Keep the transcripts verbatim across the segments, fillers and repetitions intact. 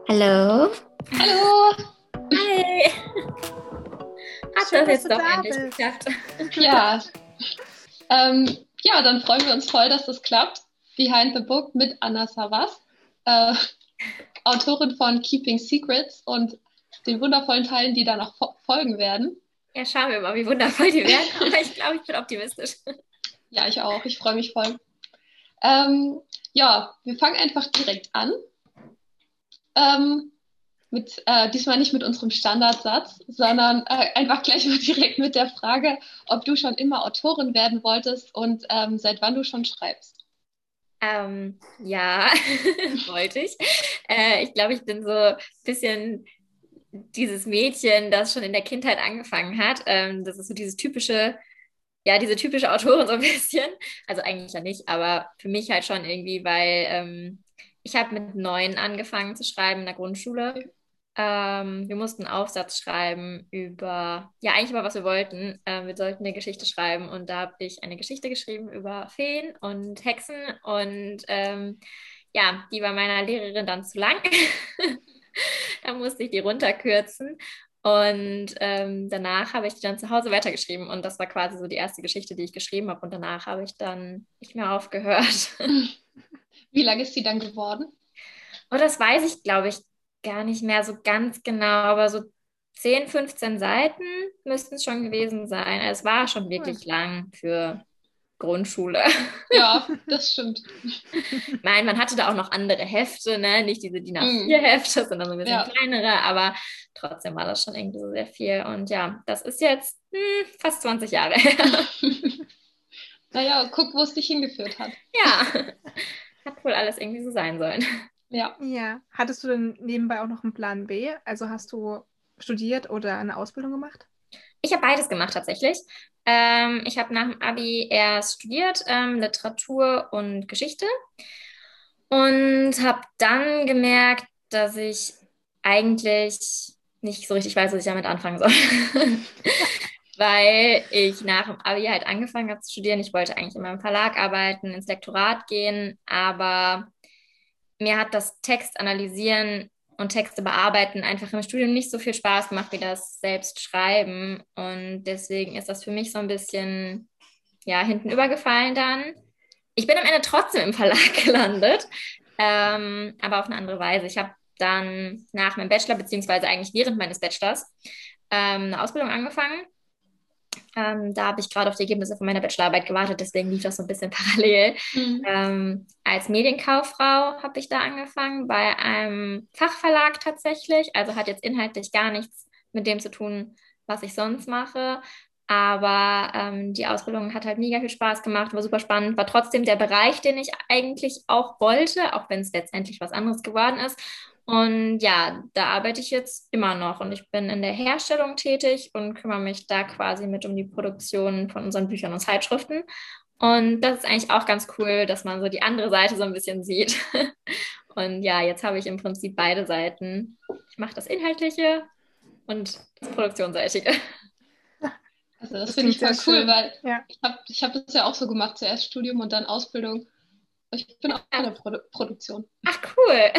Hallo. Hallo! Hi. Hat Schön, das dass jetzt du doch da endlich bist. geklappt? Ja, ähm, ja, dann freuen wir uns voll, dass das klappt. Behind the Book mit Anna Savas, äh, Autorin von Keeping Secrets und den wundervollen Teilen, die da noch fo- folgen werden. Ja, schauen wir mal, wie wundervoll die werden. Aber ich glaube, ich bin optimistisch. Ja, ich auch. Ich freue mich voll. Ähm, ja, wir fangen einfach direkt an. Ähm, mit, äh, diesmal nicht mit unserem Standardsatz, sondern äh, einfach gleich mal direkt mit der Frage, ob du schon immer Autorin werden wolltest und ähm, seit wann du schon schreibst. Ähm, ja, wollte ich. Äh, ich glaube, ich bin so ein bisschen dieses Mädchen, das schon in der Kindheit angefangen hat. Ähm, das ist so dieses typische, ja, diese typische Autorin so ein bisschen. Also eigentlich ja nicht, aber für mich halt schon irgendwie, weil ähm, ich habe mit neun angefangen zu schreiben in der Grundschule. Ähm, wir mussten einen Aufsatz schreiben über, ja, eigentlich über was wir wollten. Ähm, wir sollten eine Geschichte schreiben und da habe ich eine Geschichte geschrieben über Feen und Hexen und ähm, ja, die war meiner Lehrerin dann zu lang. Da musste ich die runterkürzen. Und ähm, danach habe ich die dann zu Hause weitergeschrieben. Und das war quasi so die erste Geschichte, die ich geschrieben habe. Und danach habe ich dann nicht mehr aufgehört. Wie lange ist sie dann geworden? Und das weiß ich, glaube ich, gar nicht mehr so ganz genau. Aber so zehn, fünfzehn Seiten müssten es schon gewesen sein. Also es war schon Cool. wirklich lang für Grundschule. Ja, das stimmt. Ich meine, man hatte da auch noch andere Hefte, ne? Nicht diese DIN A vier Mhm. Hefte, sondern so ein bisschen Ja, kleinere, aber trotzdem war das schon irgendwie so sehr viel. Und ja, das ist jetzt hm, fast zwanzig Jahre her. naja, guck, wo es dich hingeführt hat. Ja, hat wohl alles irgendwie so sein sollen. Ja. Ja. Hattest du denn nebenbei auch noch einen Plan B? Also hast du studiert oder eine Ausbildung gemacht? Ich habe beides gemacht tatsächlich. Ähm, ich habe nach dem Abi erst studiert, ähm, Literatur und Geschichte und habe dann gemerkt, dass ich eigentlich nicht so richtig weiß, was ich damit anfangen soll. Weil ich nach dem Abi halt angefangen habe zu studieren. Ich wollte eigentlich in meinem Verlag arbeiten, ins Lektorat gehen, aber mir hat das Text analysieren und Texte bearbeiten einfach im Studium nicht so viel Spaß gemacht wie das selbst schreiben. Und deswegen ist das für mich so ein bisschen, ja, hinten übergefallen dann. Ich bin am Ende trotzdem im Verlag gelandet, ähm, aber auf eine andere Weise. Ich habe dann nach meinem Bachelor, beziehungsweise eigentlich während meines Bachelors, ähm, eine Ausbildung angefangen. Ähm, da habe ich gerade auf die Ergebnisse von meiner Bachelorarbeit gewartet, deswegen lief das so ein bisschen parallel. Mhm. Ähm, als Medienkauffrau habe ich da angefangen, bei einem Fachverlag tatsächlich. Also hat jetzt inhaltlich gar nichts mit dem zu tun, was ich sonst mache. Aber ähm, die Ausbildung hat halt mega viel Spaß gemacht, war super spannend, war trotzdem der Bereich, den ich eigentlich auch wollte, auch wenn es letztendlich was anderes geworden ist. Und ja, da arbeite ich jetzt immer noch und ich bin in der Herstellung tätig und kümmere mich da quasi mit um die Produktion von unseren Büchern und Zeitschriften. Und das ist eigentlich auch ganz cool, dass man so die andere Seite so ein bisschen sieht. Und ja, jetzt habe ich im Prinzip beide Seiten. Ich mache das Inhaltliche und das Produktionsseitige. Also das Das finde klingt ich voll sehr cool, schön. weil Ja. ich habe ich hab das ja auch so gemacht, zuerst Studium und dann Ausbildung. Ich bin auch in Ja. der Produ Produktion. Ach, cool.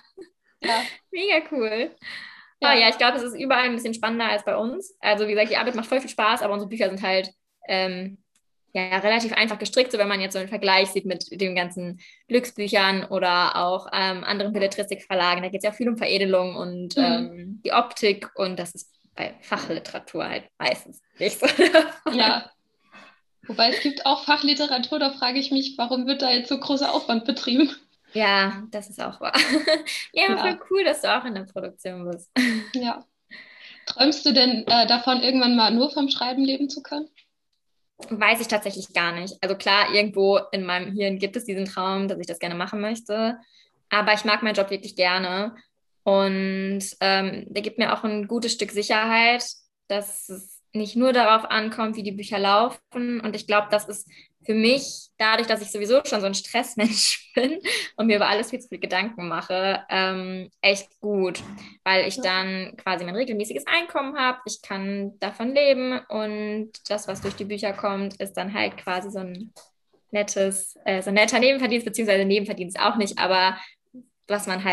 Ja, Mega cool. Oh, ja, ja. ich glaube, es ist überall ein bisschen spannender als bei uns. Also, wie gesagt, die Arbeit macht voll viel Spaß, aber unsere Bücher sind halt ähm, ja, relativ einfach gestrickt, so wenn man jetzt so einen Vergleich sieht mit den ganzen Glücksbüchern oder auch ähm, anderen Belletristikverlagen. Da geht es ja viel um Veredelung und Mhm. ähm, die Optik und das ist bei Fachliteratur halt meistens nicht so. Ja. Wobei es gibt auch Fachliteratur, da frage ich mich, warum wird da jetzt so großer Aufwand betrieben? Ja, das ist auch wahr. Ja, voll Ja, cool, dass du auch in der Produktion bist. ja. Träumst du denn äh, davon, irgendwann mal nur vom Schreiben leben zu können? Weiß ich tatsächlich gar nicht. Also klar, irgendwo in meinem Hirn gibt es diesen Traum, dass ich das gerne machen möchte. Aber ich mag meinen Job wirklich gerne. Und ähm, der gibt mir auch ein gutes Stück Sicherheit, dass es nicht nur darauf ankommt, wie die Bücher laufen. Und ich glaube, das ist für mich, dadurch, dass ich sowieso schon so ein Stressmensch bin und mir über alles viel zu viel Gedanken mache, ähm, echt gut, weil ich Ja. dann quasi mein regelmäßiges Einkommen habe. Ich kann davon leben und das, was durch die Bücher kommt, ist dann halt quasi so ein nettes, äh, so ein netter Nebenverdienst, beziehungsweise Nebenverdienst auch nicht, aber was man halt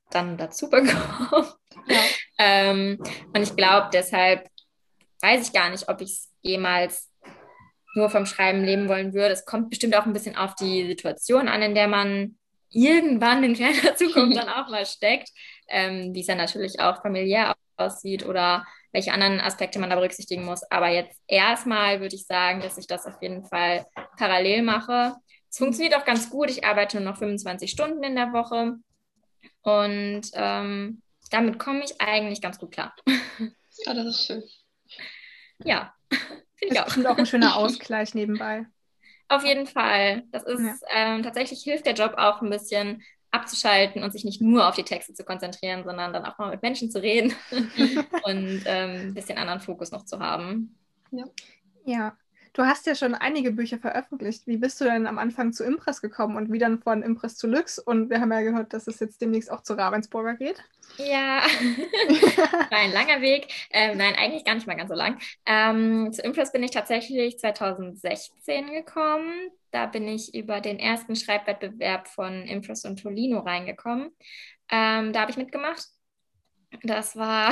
dann dazu bekommt. Ja. ähm, und ich glaube, deshalb weiß ich gar nicht, ob ich es jemals nur vom Schreiben leben wollen würde. Es kommt bestimmt auch ein bisschen auf die Situation an, in der man irgendwann in kleiner Zukunft dann auch mal steckt, ähm, wie es dann natürlich auch familiär aussieht oder welche anderen Aspekte man da berücksichtigen muss. Aber jetzt erstmal würde ich sagen, dass ich das auf jeden Fall parallel mache. Es funktioniert auch ganz gut. Ich arbeite nur noch fünfundzwanzig Stunden in der Woche und ähm, damit komme ich eigentlich ganz gut klar. Ja, das ist schön. Ja, finde ich Ist auch. bestimmt auch ein schöner Ausgleich nebenbei. Auf jeden Fall. Das ist Ja. ähm, tatsächlich hilft der Job auch ein bisschen abzuschalten und sich nicht nur auf die Texte zu konzentrieren, sondern dann auch mal mit Menschen zu reden und ähm, ein bisschen anderen Fokus noch zu haben. Ja. Ja. Du hast ja schon einige Bücher veröffentlicht. Wie bist du denn am Anfang zu Impress gekommen und wie dann von Impress zu Lüx? Und wir haben ja gehört, dass es jetzt demnächst auch zu Ravensburger geht. Ja, war ein langer Weg. Ähm, nein, eigentlich gar nicht mal ganz so lang. Ähm, zu Impress bin ich tatsächlich zwanzig sechzehn gekommen. Da bin ich über den ersten Schreibwettbewerb von Impress und Tolino reingekommen. Ähm, da habe ich mitgemacht. Das war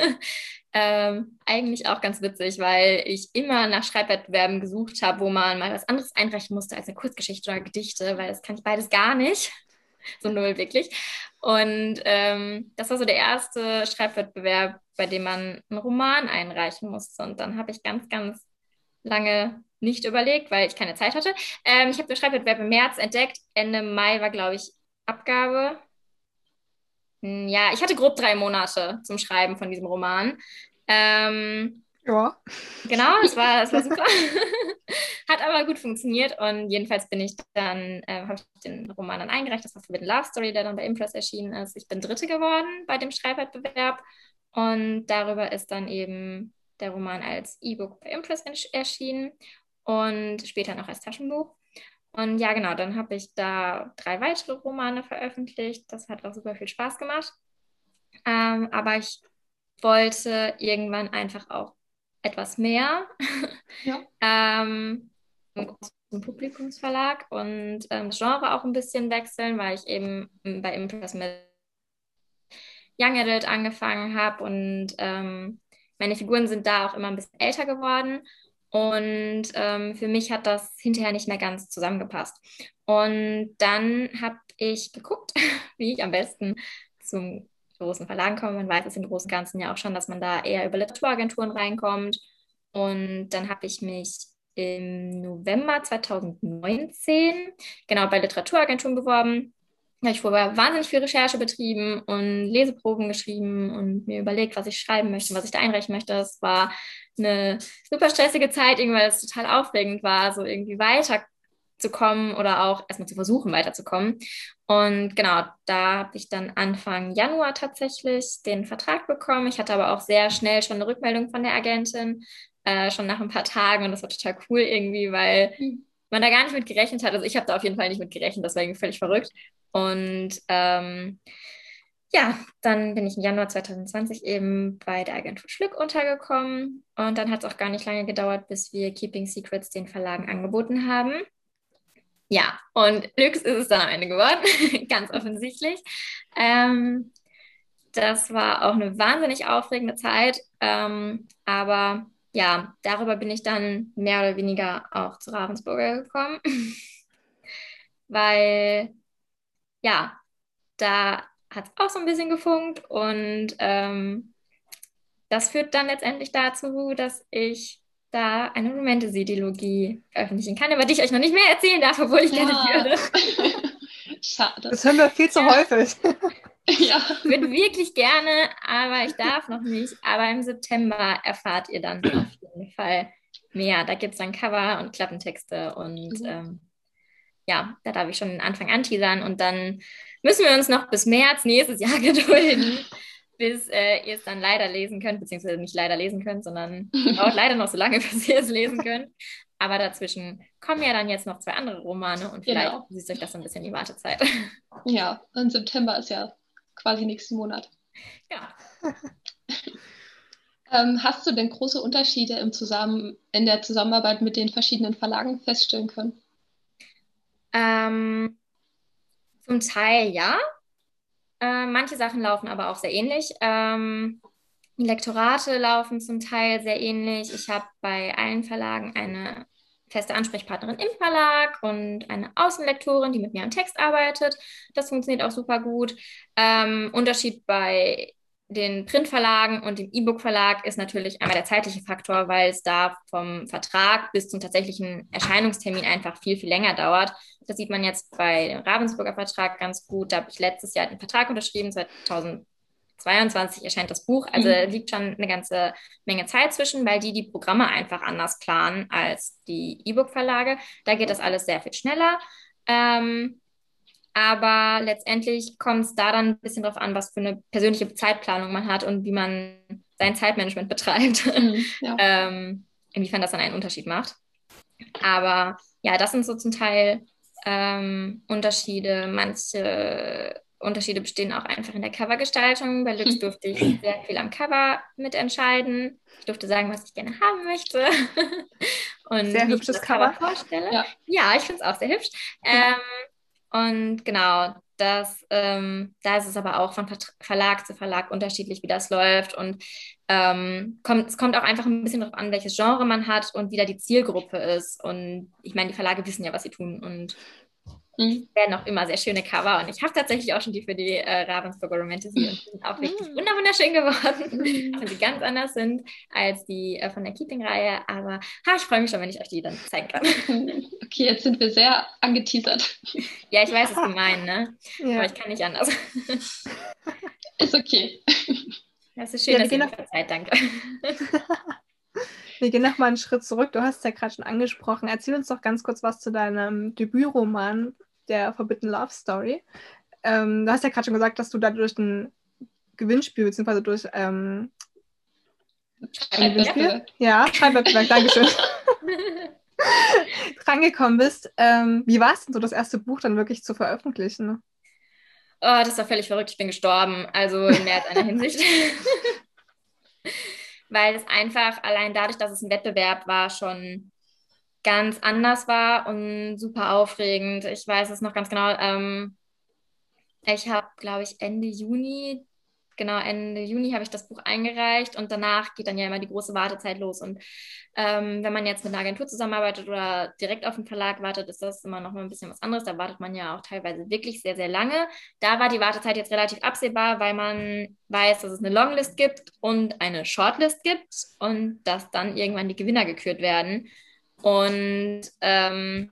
ähm, eigentlich auch ganz witzig, weil ich immer nach Schreibwettbewerben gesucht habe, wo man mal was anderes einreichen musste als eine Kurzgeschichte oder Gedichte, weil das kann ich beides gar nicht. So null wirklich. Und ähm, das war so der erste Schreibwettbewerb, bei dem man einen Roman einreichen musste. Und dann habe ich ganz, ganz lange nicht überlegt, weil ich keine Zeit hatte. Ähm, ich habe den Schreibwettbewerb im März entdeckt. Ende Mai war, glaube ich, Abgabe. Hm, Ja, ich hatte grob drei Monate zum Schreiben von diesem Roman. Ähm, Ja. genau, es war, es war super. Hat aber gut funktioniert und jedenfalls bin ich dann, äh, habe ich den Roman dann eingereicht. Das war Forbidden Love Story, der dann bei Impress erschienen ist. Ich bin Dritte geworden bei dem Schreibwettbewerb und darüber ist dann eben der Roman als E-Book bei Impress erschienen und später noch als Taschenbuch. Und ja, genau, dann habe ich da drei weitere Romane veröffentlicht. Das hat auch super viel Spaß gemacht. Ähm, aber ich wollte irgendwann einfach auch etwas mehr. Ja. ähm, Im großen Publikumsverlag und ähm, das Genre auch ein bisschen wechseln, weil ich eben bei Impress mit Young Adult angefangen habe und ähm, meine Figuren sind da auch immer ein bisschen älter geworden. Und ähm, für mich hat das hinterher nicht mehr ganz zusammengepasst. Und dann habe ich geguckt, wie ich am besten zum großen Verlagen komme. Man weiß es im Großen und Ganzen ja auch schon, dass man da eher über Literaturagenturen reinkommt. Und dann habe ich mich im November zwanzig neunzehn genau bei Literaturagenturen beworben. Da habe ich vorher wahnsinnig viel Recherche betrieben und Leseproben geschrieben und mir überlegt, was ich schreiben möchte, was ich da einreichen möchte. Es war eine super stressige Zeit, irgendwie, weil es total aufregend war, so irgendwie weiterzukommen oder auch erstmal zu versuchen, weiterzukommen. Und genau, da habe ich dann Anfang Januar tatsächlich den Vertrag bekommen. Ich hatte aber auch sehr schnell schon eine Rückmeldung von der Agentin, äh, schon nach ein paar Tagen. Und das war total cool irgendwie, weil man da gar nicht mit gerechnet hat. Also ich habe da auf jeden Fall nicht mit gerechnet, das war irgendwie völlig verrückt. Und ähm, ja, dann bin ich im Januar zwanzig zwanzig eben bei der Agentur Schlück untergekommen. Und dann hat es auch gar nicht lange gedauert, bis wir Keeping Secrets den Verlagen angeboten haben. Ja, und Lux ist es dann am Ende geworden, ganz offensichtlich. Ähm, das war auch eine wahnsinnig aufregende Zeit. Ähm, aber ja, darüber bin ich dann mehr oder weniger auch zu Ravensburger gekommen, weil ja, da hat es auch so ein bisschen gefunkt und ähm, das führt dann letztendlich dazu, dass ich da eine Romantasy-Dilogie veröffentlichen kann, über die ich euch noch nicht mehr erzählen darf, obwohl ich gerne Ja. würde. Schade. Das hören wir viel zu Ja. häufig. Ja. Ich würde wirklich gerne, aber ich darf noch nicht. Aber im September erfahrt ihr dann auf jeden Fall mehr. Da gibt es dann Cover und Klappentexte und Mhm. ähm, ja, da darf ich schon den Anfang anteasern und dann müssen wir uns noch bis März nächstes Jahr gedulden, bis äh, ihr es dann leider lesen könnt, beziehungsweise nicht leider lesen könnt, sondern dauert leider noch so lange, bis ihr es lesen könnt. Aber dazwischen kommen ja dann jetzt noch zwei andere Romane und vielleicht Genau. süßt euch das so ein bisschen die Wartezeit. Ja, und September ist ja quasi nächsten Monat. Ja. Ähm, hast du denn große Unterschiede im Zusammen in der Zusammenarbeit mit den verschiedenen Verlagen feststellen können? Ähm, zum Teil ja. Äh, manche Sachen laufen aber auch sehr ähnlich. Ähm, die Lektorate laufen zum Teil sehr ähnlich. Ich habe bei allen Verlagen eine feste Ansprechpartnerin im Verlag und eine Außenlektorin, die mit mir am Text arbeitet. Das funktioniert auch super gut. Ähm, Unterschied bei den Printverlagen und dem E-Book-Verlag ist natürlich einmal der zeitliche Faktor, weil es da vom Vertrag bis zum tatsächlichen Erscheinungstermin einfach viel, viel länger dauert. Das sieht man jetzt bei dem Ravensburger Vertrag ganz gut. Da habe ich letztes Jahr den Vertrag unterschrieben, zweitausendzweiundzwanzig erscheint das Buch. Also Mhm. liegt schon eine ganze Menge Zeit zwischen, weil die die Programme einfach anders planen als die E-Book-Verlage. Da geht das alles sehr viel schneller. Ähm, aber letztendlich kommt es da dann ein bisschen drauf an, was für eine persönliche Zeitplanung man hat und wie man sein Zeitmanagement betreibt. Mhm. Ja. ähm, inwiefern das dann einen Unterschied macht. Aber ja, das sind so zum Teil ähm, Unterschiede. Manche Unterschiede bestehen auch einfach in der Covergestaltung. Bei Lux durfte ich sehr viel am Cover mitentscheiden. Ich durfte sagen, was ich gerne haben möchte und Sehr wie ich mir hübsches das Cover Cover. vorstelle. Ja. Ja, ich finde es auch sehr hübsch. Ähm, und genau, das, ähm, da ist es aber auch von Vert- Verlag zu Verlag unterschiedlich, wie das läuft. Und ähm, kommt, es kommt auch einfach ein bisschen darauf an, welches Genre man hat und wie da die Zielgruppe ist. Und ich meine, die Verlage wissen ja, was sie tun und Mhm. werden auch immer sehr schöne Cover. Und ich habe tatsächlich auch schon die für die äh, Ravensburger Romantasy und die sind auch wirklich Mhm. wunderschön geworden, Mhm. auch wenn sie ganz anders sind als die äh, von der Keeping-Reihe. Aber ha, ich freue mich schon, wenn ich euch die dann zeigen kann. Okay, jetzt sind wir sehr angeteasert. Ja, ich weiß, es ist gemein, ne? Aber Ja. ich kann nicht anders. Ist okay. Das ist schön, Ja, wir dass ihr gehen mir noch, verzeiht, danke. wir gehen noch mal einen Schritt zurück. Du hast es ja gerade schon angesprochen. Erzähl uns doch ganz kurz was zu deinem Debütroman, der Forbidden Love Story. Ähm, du hast ja gerade schon gesagt, dass du da durch ein Gewinnspiel, beziehungsweise durch ähm, ein Gewinnspiel, Schreibwettbewerb. ja, Schreibwettbewerb, Dankeschön, rangekommen bist. Ähm, wie war es denn so, das erste Buch dann wirklich zu veröffentlichen? Oh, das war völlig verrückt. Ich bin gestorben. Also in mehr als einer Hinsicht. Weil es einfach allein dadurch, dass es ein Wettbewerb war, schon ganz anders war und super aufregend. Ich weiß es noch ganz genau. Ähm, ich habe, glaube ich, Ende Juni, genau, Ende Juni habe ich das Buch eingereicht und danach geht dann ja immer die große Wartezeit los. Und ähm, wenn man jetzt mit einer Agentur zusammenarbeitet oder direkt auf den Verlag wartet, ist das immer noch mal ein bisschen was anderes. Da wartet man ja auch teilweise wirklich sehr, sehr lange. Da war die Wartezeit jetzt relativ absehbar, weil man weiß, dass es eine Longlist gibt und eine Shortlist gibt und dass dann irgendwann die Gewinner gekürt werden. Und ähm,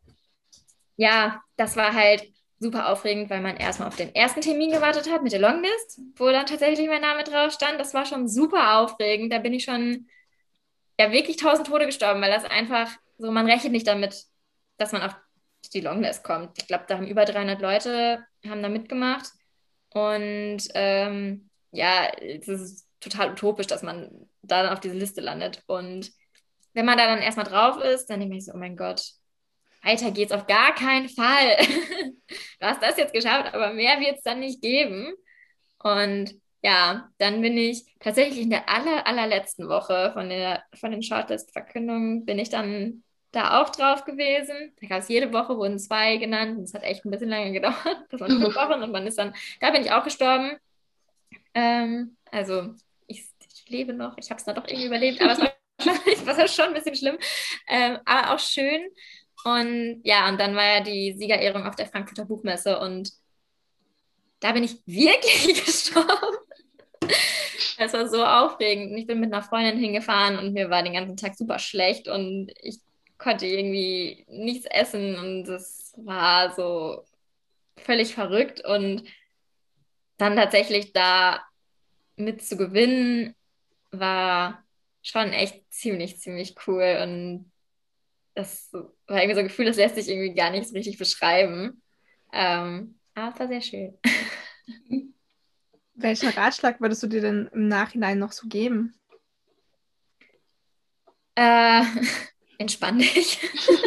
ja, das war halt super aufregend, weil man erstmal auf den ersten Termin gewartet hat mit der Longlist, wo dann tatsächlich mein Name drauf stand. Das war schon super aufregend. Da bin ich schon ja wirklich tausend Tode gestorben, weil das einfach so, man rechnet nicht damit, dass man auf die Longlist kommt. Ich glaube, da haben über dreihundert Leute haben da mitgemacht. Und ähm, ja, es ist total utopisch, dass man da dann auf diese Liste landet. Und wenn man da dann erstmal drauf ist, dann denke ich so, oh mein Gott, weiter geht's auf gar keinen Fall. Du hast das jetzt geschafft, aber mehr wird es dann nicht geben. Und ja, dann bin ich tatsächlich in der aller, allerletzten Woche von der, von den Shortlist-Verkündungen bin ich dann da auch drauf gewesen. Da gab es jede Woche, wurden zwei genannt. Und es hat echt ein bisschen lange gedauert. Das waren fünf Wochen und man ist dann, da bin ich auch gestorben. Ähm, also ich, ich lebe noch, ich habe es dann doch irgendwie überlebt, aber es war schon, es war schon ein bisschen schlimm, ähm, aber auch schön. Und ja, und dann war ja die Siegerehrung auf der Frankfurter Buchmesse und da bin ich wirklich gestorben. Es war so aufregend. Und ich bin mit einer Freundin hingefahren und mir war den ganzen Tag super schlecht und ich konnte irgendwie nichts essen und es war so völlig verrückt. Und dann tatsächlich da mit zu gewinnen, war schon echt ziemlich, ziemlich cool. Und das war irgendwie so ein Gefühl, das lässt sich irgendwie gar nicht so richtig beschreiben. Ähm, aber es war sehr schön. Welchen Ratschlag würdest du dir denn im Nachhinein noch so geben? Äh, entspann dich.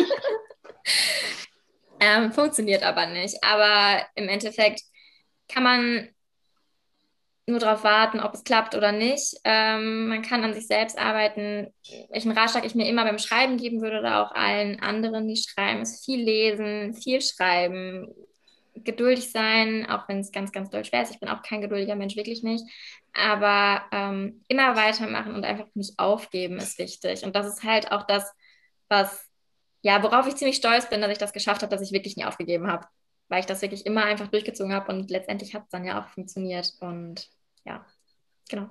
ähm, funktioniert aber nicht. Aber im Endeffekt kann man nur darauf warten, ob es klappt oder nicht. Ähm, man kann an sich selbst arbeiten. Welchen Ratschlag ich mir immer beim Schreiben geben würde oder auch allen anderen, die schreiben, ist viel lesen, viel schreiben, geduldig sein, auch wenn es ganz, ganz doll schwer ist. Ich bin auch kein geduldiger Mensch, wirklich nicht. Aber ähm, immer weitermachen und einfach nicht aufgeben ist wichtig. Und das ist halt auch das, was, ja, worauf ich ziemlich stolz bin, dass ich das geschafft habe, dass ich wirklich nie aufgegeben habe. Weil ich das wirklich immer einfach durchgezogen habe und letztendlich hat es dann ja auch funktioniert. Und ja, genau.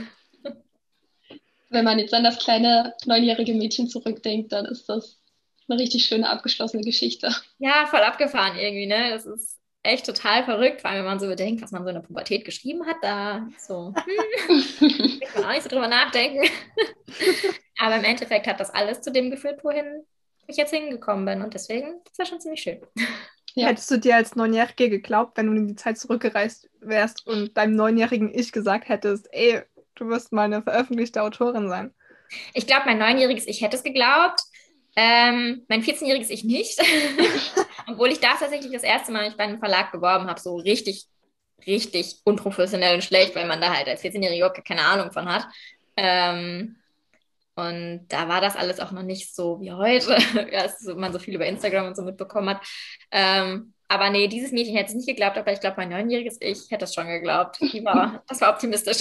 Wenn man jetzt an das kleine neunjährige Mädchen zurückdenkt, dann ist das eine richtig schöne abgeschlossene Geschichte. Ja, voll abgefahren irgendwie, ne? Das ist echt total verrückt, vor allem wenn man so bedenkt, was man so in der Pubertät geschrieben hat, da so, hm, kann man auch nicht so drüber nachdenken. Aber im Endeffekt hat das alles zu dem geführt, wohin ich jetzt hingekommen bin. Und deswegen, das war schon ziemlich schön. Ja. Hättest du dir als Neunjährige geglaubt, wenn du in die Zeit zurückgereist wärst und deinem neunjährigen Ich gesagt hättest, ey, du wirst mal eine veröffentlichte Autorin sein? Ich glaube, mein neunjähriges Ich hätte es geglaubt. Ähm, mein vierzehnjähriges Ich nicht. Obwohl ich da tatsächlich das erste Mal mich bei einem Verlag beworben habe, so richtig, richtig unprofessionell und schlecht, weil man da halt als vierzehnjährige überhaupt gar keine Ahnung von hat. Ähm, und da war das alles auch noch nicht so wie heute, ja, dass so, man so viel über Instagram und so mitbekommen hat. Ähm, aber nee, dieses Mädchen hätte es nicht geglaubt, aber ich glaube, mein neunjähriges Ich hätte es schon geglaubt. Die war, das war optimistisch.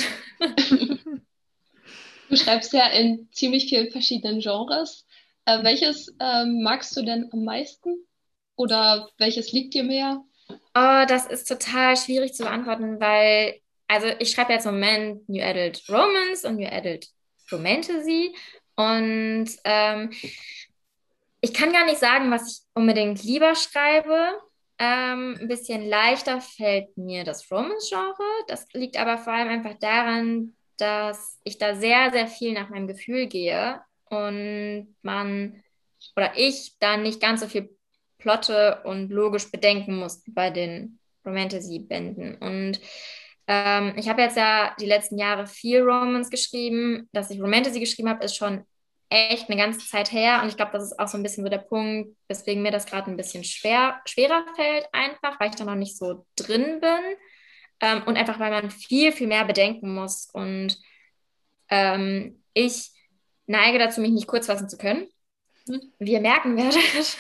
Du schreibst ja in ziemlich vielen verschiedenen Genres. Äh, welches ähm, magst du denn am meisten? Oder welches liegt dir mehr? Oh, das ist total schwierig zu beantworten, weil, also ich schreibe jetzt im Moment New Adult Romance und New Adult Romantasy und ähm, ich kann gar nicht sagen, was ich unbedingt lieber schreibe. Ähm, ein bisschen leichter fällt mir das Romance-Genre. Das liegt aber vor allem einfach daran, dass ich da sehr, sehr viel nach meinem Gefühl gehe und man oder ich da nicht ganz so viel plotte und logisch bedenken muss bei den Romantasy-Bänden. Und ähm, ich habe jetzt ja die letzten Jahre viel Romance geschrieben. Dass ich Romantasy geschrieben habe, ist schon echt eine ganze Zeit her. Und ich glaube, das ist auch so ein bisschen so der Punkt, weswegen mir das gerade ein bisschen schwer, schwerer fällt, einfach, weil ich da noch nicht so drin bin. Ähm, und einfach, weil man viel, viel mehr bedenken muss. Und ähm, ich neige dazu, mich nicht kurz fassen zu können. Wie ihr merken werdet.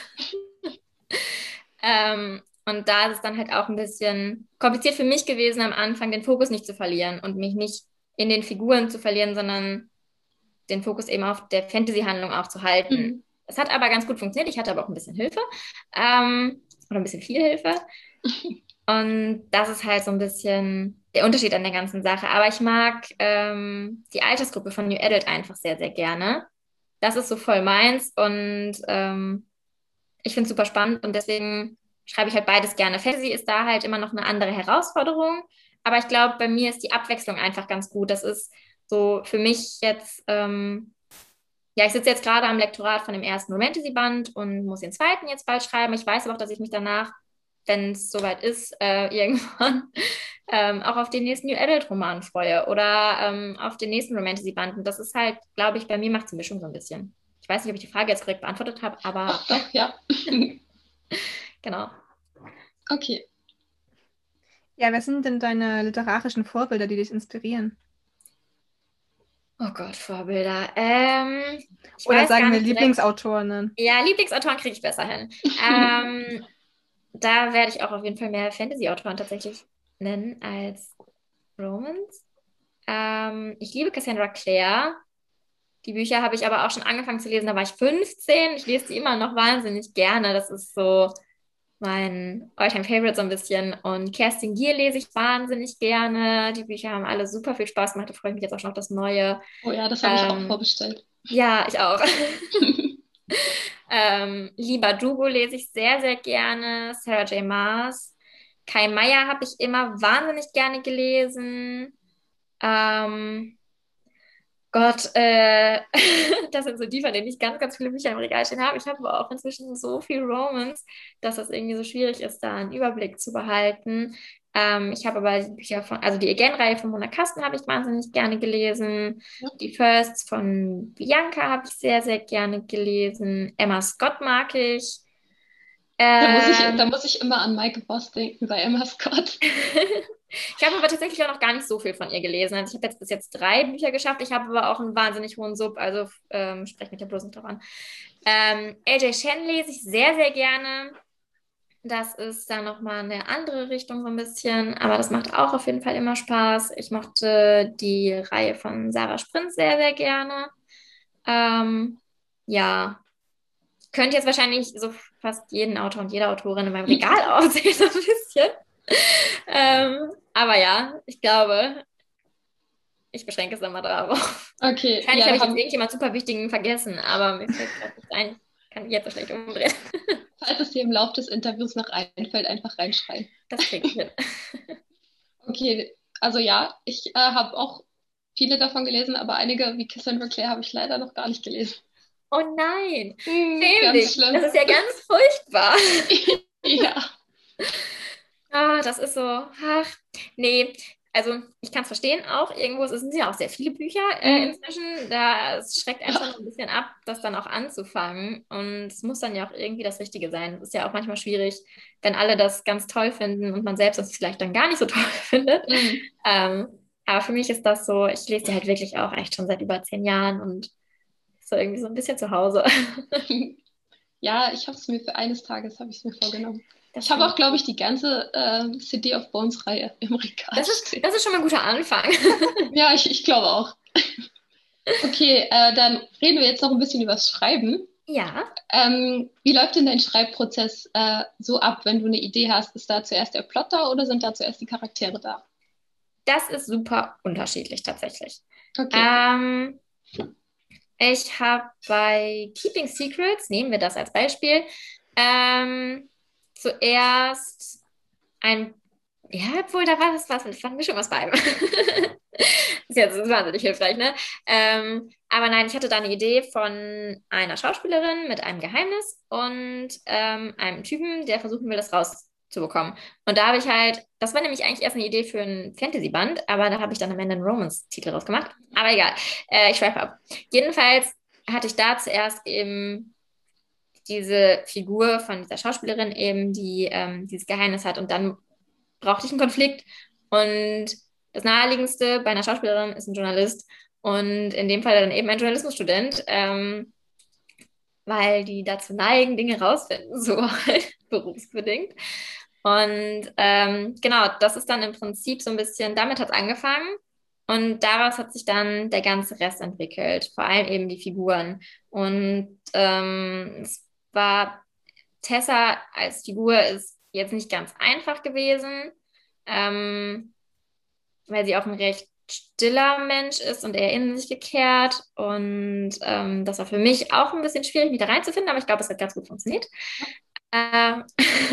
ähm, und da ist es dann halt auch ein bisschen kompliziert für mich gewesen, am Anfang den Fokus nicht zu verlieren und mich nicht in den Figuren zu verlieren, sondern den Fokus eben auf der Fantasy-Handlung auch zu halten. Mhm. Es hat aber ganz gut funktioniert. Ich hatte aber auch ein bisschen Hilfe. Ähm, oder ein bisschen viel Hilfe. Und das ist halt so ein bisschen der Unterschied an der ganzen Sache. Aber ich mag ähm, die Altersgruppe von New Adult einfach sehr, sehr gerne. Das ist so voll meins und ähm, ich finde es super spannend und deswegen schreibe ich halt beides gerne. Fantasy ist da halt immer noch eine andere Herausforderung, aber ich glaube, bei mir ist die Abwechslung einfach ganz gut. Das ist so für mich jetzt, ähm, ja, ich sitze jetzt gerade am Lektorat von dem ersten Romantasy-Band und muss den zweiten jetzt bald schreiben. Ich weiß aber auch, dass ich mich danach, wenn es soweit ist, äh, irgendwann ähm, auch auf den nächsten New Adult-Roman freue oder ähm, auf den nächsten Romantasy-Band. Und das ist halt, glaube ich, bei mir macht es eine Mischung so ein bisschen. Ich weiß nicht, ob ich die Frage jetzt korrekt beantwortet habe, aber Doch, doch, ja. genau. Okay. Ja, wer sind denn deine literarischen Vorbilder, die dich inspirieren? Oh Gott, Vorbilder. Ähm, ich Oder weiß sagen gar wir nicht direkt. Lieblingsautorinnen? Ja, Lieblingsautoren kriege ich besser hin. Ähm, da werde ich auch auf jeden Fall mehr Fantasy-Autoren tatsächlich nennen als Romans. Ähm, ich liebe Cassandra Clare. Die Bücher habe ich aber auch schon angefangen zu lesen, da war ich fünfzehn. Ich lese die immer noch wahnsinnig gerne. Das ist so mein All-Time-Favorite so ein bisschen. Und Kerstin Gier lese ich wahnsinnig gerne. Die Bücher haben alle super viel Spaß gemacht. Da freue ich mich jetzt auch schon auf das Neue. Oh ja, das habe ich auch Ähm, vorbestellt. Ja, ich auch. ähm, Liba Dugo lese ich sehr, sehr gerne. Sarah J. Maas. Kai Meier habe ich immer wahnsinnig gerne gelesen. Ähm, Gott, äh, das sind so die, von denen ich ganz, ganz viele Bücher im Regal stehen habe. Ich habe aber auch inzwischen so viel Romance, dass es irgendwie so schwierig ist, da einen Überblick zu behalten. Ähm, ich habe aber die Bücher von, also die Again-Reihe von Mona Kasten habe ich wahnsinnig gerne gelesen. Ja. Die Firsts von Bianca habe ich sehr, sehr gerne gelesen. Emma Scott mag ich. Da muss ich, Ähm, da muss ich immer an Maike Voss denken bei Emma Scott. Ich habe aber tatsächlich auch noch gar nicht so viel von ihr gelesen. Also ich habe jetzt bis jetzt drei Bücher geschafft. Ich habe aber auch einen wahnsinnig hohen Sub, also ähm, spreche mich da bloß nicht drauf an. Ähm, L J. Shen lese ich sehr, sehr gerne. Das ist dann nochmal eine andere Richtung so ein bisschen, aber das macht auch auf jeden Fall immer Spaß. Ich mochte die Reihe von Sarah Sprintz sehr, sehr gerne. Ähm, ja, könnte jetzt wahrscheinlich so fast jeden Autor und jede Autorin in meinem Regal aufzählen, so ein bisschen. Ähm, aber ja, ich glaube, ich beschränke es dann mal darauf. Okay, Wahrscheinlich ja, habe da ich jetzt haben, irgendjemand super Wichtigen vergessen, aber mir fällt gerade nicht ein. Kann ich jetzt so schlecht umdrehen. falls es dir im Laufe des Interviews noch einfällt, einfach reinschreien. Das kriege ich hin. Okay, also ja, ich äh, habe auch viele davon gelesen, aber einige wie Cassandra Clare habe ich leider noch gar nicht gelesen. Oh nein, Hm, schäm ganz dich. Das schlimm. ist ja ganz furchtbar. Ja. Ah, das ist so, ach, nee. Also ich kann es verstehen auch. Irgendwo es sind ja auch sehr viele Bücher äh, Hm, inzwischen. Da es schreckt einen ja. schon so ein bisschen ab, das dann auch anzufangen. Und es muss dann ja auch irgendwie das Richtige sein. Es ist ja auch manchmal schwierig, wenn alle das ganz toll finden und man selbst das vielleicht dann gar nicht so toll findet. Hm. Ähm, aber für mich ist das so, ich lese die halt wirklich auch echt schon seit über zehn Jahren und so irgendwie so ein bisschen zu Hause. Ja, ich habe es mir für eines Tages habe ich es mir vorgenommen. Ich Das habe finde auch, glaube ich. ich, die ganze äh, City of Bones Reihe im Regal Das ist, stehen. das ist schon mal ein guter Anfang. Ja, ich, ich glaube auch. Okay, äh, dann reden wir jetzt noch ein bisschen über das Schreiben. Ja, Ähm, wie läuft denn dein Schreibprozess äh, so ab, wenn du eine Idee hast? Ist da zuerst der Plot da oder sind da zuerst die Charaktere da? das ist super unterschiedlich tatsächlich. Okay. Ähm, ich habe bei Keeping Secrets, nehmen wir das als Beispiel, ähm, zuerst ein, ja, obwohl da war das was, das war eine Mischung aus beidem. Ist jetzt wahnsinnig hilfreich, ne? Ähm, aber nein, ich hatte da eine Idee von einer Schauspielerin mit einem Geheimnis und ähm, einem Typen, der versuchen will, das rauszubekommen. Und da habe ich halt, das war nämlich eigentlich erst eine Idee für ein Fantasy-Band, aber da habe ich dann am Ende einen Romance-Titel rausgemacht. Aber egal, äh, ich schweife ab. Jedenfalls hatte ich da zuerst eben diese Figur von dieser Schauspielerin eben, die ähm, dieses Geheimnis hat. Und dann brauchte ich einen Konflikt. Und das Naheliegendste bei einer Schauspielerin ist ein Journalist. Und in dem Fall dann eben ein Journalismusstudent, ähm, weil die dazu neigen, Dinge rausfinden, so halt berufsbedingt. Und ähm, genau, das ist dann im Prinzip so ein bisschen, damit hat es angefangen. Und daraus hat sich dann der ganze Rest entwickelt, vor allem eben die Figuren. Und ähm, es war Tessa als Figur ist jetzt nicht ganz einfach gewesen, ähm, weil sie auch ein recht stiller Mensch ist und eher in sich gekehrt. Und ähm, das war für mich auch ein bisschen schwierig, mich da reinzufinden, aber ich glaube, es hat ganz gut funktioniert. Ähm,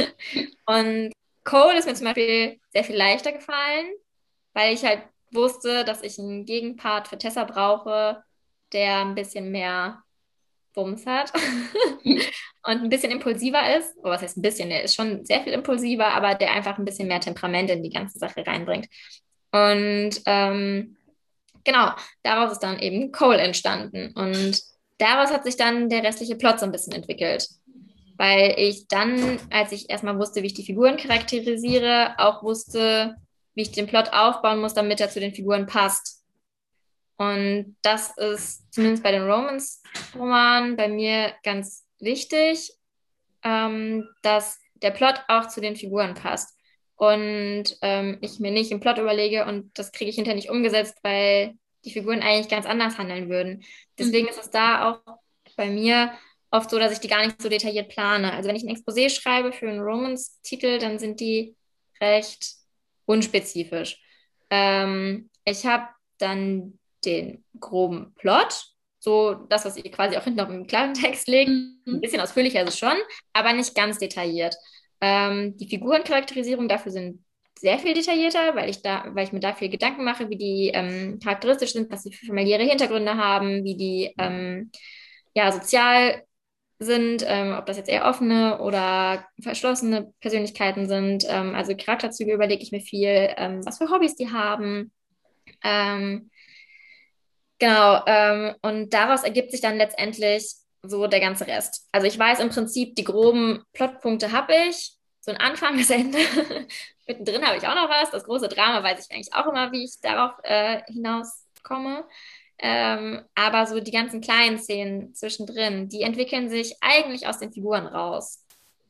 und Cole ist mir zum Beispiel sehr viel leichter gefallen, weil ich halt wusste, dass ich einen Gegenpart für Tessa brauche, der ein bisschen mehr Bums hat und ein bisschen impulsiver ist. Oh, was heißt ein bisschen? Der ist schon sehr viel impulsiver, aber der einfach ein bisschen mehr Temperament in die ganze Sache reinbringt. Und ähm, genau, daraus ist dann eben Cole entstanden. Und daraus hat sich dann der restliche Plot so ein bisschen entwickelt. Weil ich dann, als ich erstmal wusste, wie ich die Figuren charakterisiere, auch wusste, wie ich den Plot aufbauen muss, damit er zu den Figuren passt. Und das ist zumindest bei den Romance-Romanen bei mir ganz wichtig, ähm, dass der Plot auch zu den Figuren passt. Und ähm, ich mir nicht einen Plot überlege und das kriege ich hinterher nicht umgesetzt, weil die Figuren eigentlich ganz anders handeln würden. Deswegen Mhm. ist es da auch bei mir oft so, dass ich die gar nicht so detailliert plane. Also wenn ich ein Exposé schreibe für einen Romance-Titel, dann sind die recht unspezifisch. Ähm, ich habe dann den groben Plot, so das, was ihr quasi auch hinten auf dem klaren Text legt. Ein Mhm. bisschen ausführlicher ist es schon, aber nicht ganz detailliert. Ähm, die Figurencharakterisierung dafür sind sehr viel detaillierter, weil ich da, weil ich mir da viel Gedanken mache, wie die ähm, charakteristisch sind, was sie für familiäre Hintergründe haben, wie die ähm, ja, sozial sind, ähm, ob das jetzt eher offene oder verschlossene Persönlichkeiten sind. Ähm, also Charakterzüge überlege ich mir viel, ähm, was für Hobbys die haben. Ähm, Genau, ähm, und daraus ergibt sich dann letztendlich so der ganze Rest. Also ich weiß im Prinzip, die groben Plotpunkte habe ich, so ein Anfang, das Ende. Mittendrin habe ich auch noch was. Das große Drama weiß ich eigentlich auch immer, wie ich darauf äh, hinauskomme. Ähm, aber so die ganzen kleinen Szenen zwischendrin, die entwickeln sich eigentlich aus den Figuren raus.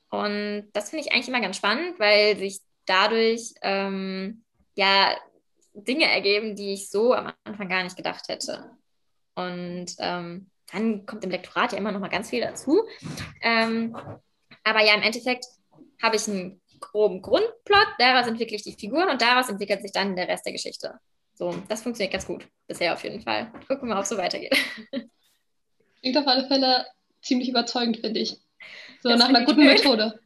Und das finde ich eigentlich immer ganz spannend, weil sich dadurch ähm, ja Dinge ergeben, die ich so am Anfang gar nicht gedacht hätte. Und ähm, dann kommt im Lektorat ja immer noch mal ganz viel dazu. Ähm, aber ja, im Endeffekt habe ich einen groben Grundplot, daraus entwickle ich die Figuren und daraus entwickelt sich dann der Rest der Geschichte. So, das funktioniert ganz gut. Bisher auf jeden Fall. Gucken wir mal, ob es so weitergeht. Klingt auf alle Fälle ziemlich überzeugend, finde ich. So Das nach einer finde ich guten schön. Methode.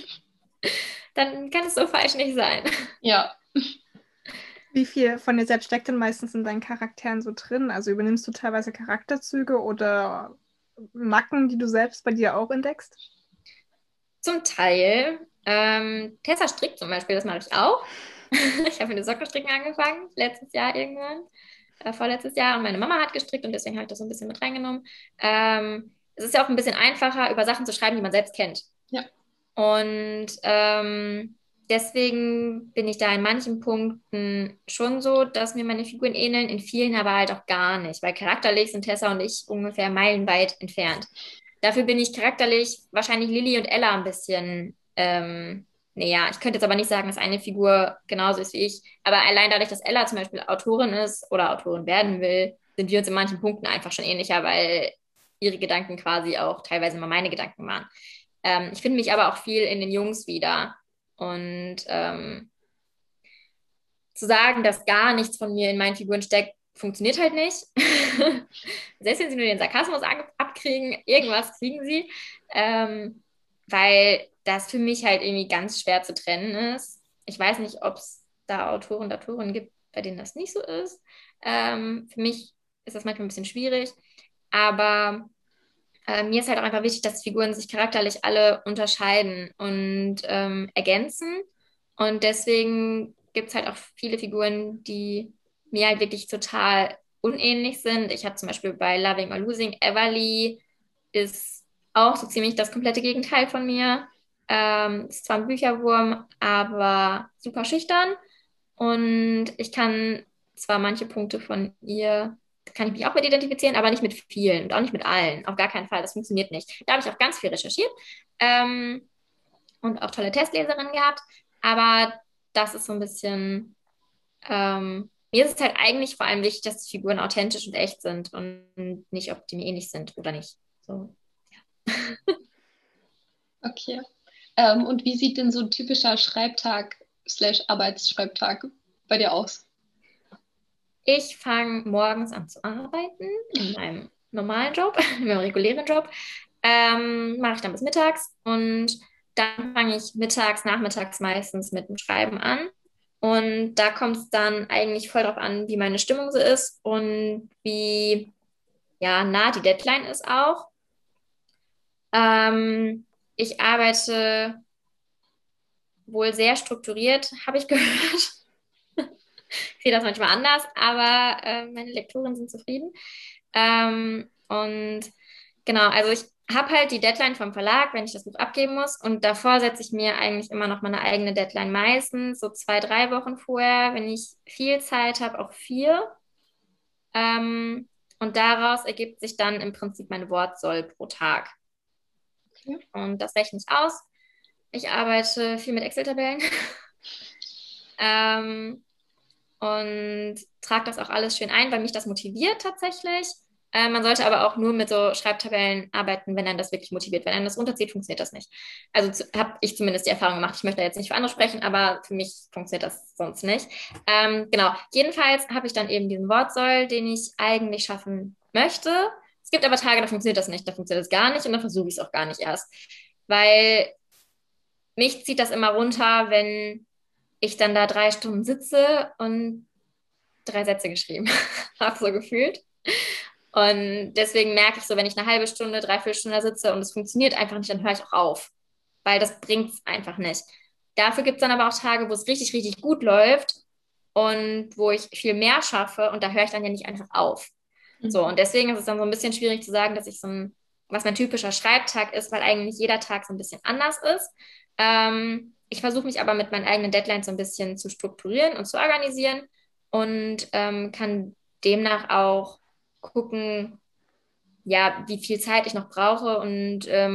Dann kann es so falsch nicht sein. Ja. Wie viel von dir selbst steckt denn meistens in deinen Charakteren so drin? Also übernimmst du teilweise Charakterzüge oder Macken, die du selbst bei dir auch entdeckst? Zum Teil. Ähm, Tessa strickt zum Beispiel, das mache ich auch. Ich habe mit dem Sockenstricken angefangen, letztes Jahr irgendwann, äh, vorletztes Jahr. Und meine Mama hat gestrickt und deswegen habe ich das so ein bisschen mit reingenommen. Ähm, es ist ja auch ein bisschen einfacher, über Sachen zu schreiben, die man selbst kennt. Ja. Und ähm, deswegen bin ich da in manchen Punkten schon so, dass mir meine Figuren ähneln, in vielen aber halt auch gar nicht, weil charakterlich sind Tessa und ich ungefähr meilenweit entfernt. Dafür bin ich charakterlich wahrscheinlich Lilly und Ella ein bisschen ähm, näher. Ich könnte jetzt aber nicht sagen, dass eine Figur genauso ist wie ich, aber allein dadurch, dass Ella zum Beispiel Autorin ist oder Autorin werden will, sind wir uns in manchen Punkten einfach schon ähnlicher, weil ihre Gedanken quasi auch teilweise immer meine Gedanken waren. Ähm, ich finde mich aber auch viel in den Jungs wieder. Und ähm, zu sagen, dass gar nichts von mir in meinen Figuren steckt, funktioniert halt nicht. Selbst wenn sie nur den Sarkasmus abkriegen, irgendwas kriegen sie. Ähm, weil das für mich halt irgendwie ganz schwer zu trennen ist. Ich weiß nicht, ob es da Autoren und Autorinnen gibt, bei denen das nicht so ist. Ähm, für mich ist das manchmal ein bisschen schwierig. Aber äh, mir ist halt auch einfach wichtig, dass Figuren sich charakterlich alle unterscheiden und ähm, ergänzen. Und deswegen gibt es halt auch viele Figuren, die mir halt wirklich total unähnlich sind. Ich habe zum Beispiel bei Loving or Losing, Everly ist auch so ziemlich das komplette Gegenteil von mir. Ähm, ist zwar ein Bücherwurm, aber super schüchtern. Und ich kann zwar manche Punkte von ihr kann ich mich auch mit identifizieren, aber nicht mit vielen und auch nicht mit allen. Auf gar keinen Fall. Das funktioniert nicht. Da habe ich auch ganz viel recherchiert ähm, und auch tolle Testleserinnen gehabt. Aber das ist so ein bisschen. Ähm, mir ist es halt eigentlich vor allem wichtig, dass die Figuren authentisch und echt sind und nicht, ob die mir ähnlich sind oder nicht. So. Okay. Ähm, und wie sieht denn so ein typischer Schreibtag slash Arbeitsschreibtag bei dir aus? Ich fange morgens an zu arbeiten in meinem normalen Job, in meinem regulären Job. Ähm, mache ich dann bis mittags und dann fange ich mittags, nachmittags meistens mit dem Schreiben an. Und da kommt es dann eigentlich voll drauf an, wie meine Stimmung so ist und wie ja, nah die Deadline ist auch. Ähm, ich arbeite wohl sehr strukturiert, habe ich gehört. Ich sehe das manchmal anders, aber äh, meine Lektoren sind zufrieden. Ähm, und genau, also ich habe halt die Deadline vom Verlag, wenn ich das Buch abgeben muss. Und davor setze ich mir eigentlich immer noch meine eigene Deadline, meistens so zwei, drei Wochen vorher, wenn ich viel Zeit habe, auch vier. Ähm, und daraus ergibt sich dann im Prinzip meine Wortsoll pro Tag. Okay. Und das rechne ich aus. Ich arbeite viel mit Excel-Tabellen. ähm, und trage das auch alles schön ein, weil mich das motiviert tatsächlich. Äh, man sollte aber auch nur mit so Schreibtabellen arbeiten, wenn einen das wirklich motiviert. Wenn einen das runterzieht, funktioniert das nicht. Also habe ich zumindest die Erfahrung gemacht. Ich möchte da jetzt nicht für andere sprechen, aber für mich funktioniert das sonst nicht. Ähm, genau. Jedenfalls habe ich dann eben diesen Wortsoll, den ich eigentlich schaffen möchte. Es gibt aber Tage, da funktioniert das nicht, da funktioniert das gar nicht und dann versuche ich es auch gar nicht erst. Weil mich zieht das immer runter, wenn ich dann da drei Stunden sitze und drei Sätze geschrieben habe, so gefühlt. Und deswegen merke ich so, wenn ich eine halbe Stunde, dreiviertel Stunde sitze und es funktioniert einfach nicht, dann höre ich auch auf, weil das bringt es einfach nicht. Dafür gibt es dann aber auch Tage, wo es richtig, richtig gut läuft und wo ich viel mehr schaffe und da höre ich dann ja nicht einfach auf. So, und deswegen ist es dann so ein bisschen schwierig zu sagen, dass ich so ein, was mein typischer Schreibtag ist, weil eigentlich jeder Tag so ein bisschen anders ist. Ähm, ich versuche mich aber mit meinen eigenen Deadlines so ein bisschen zu strukturieren und zu organisieren und ähm, kann demnach auch gucken, ja, wie viel Zeit ich noch brauche und ähm,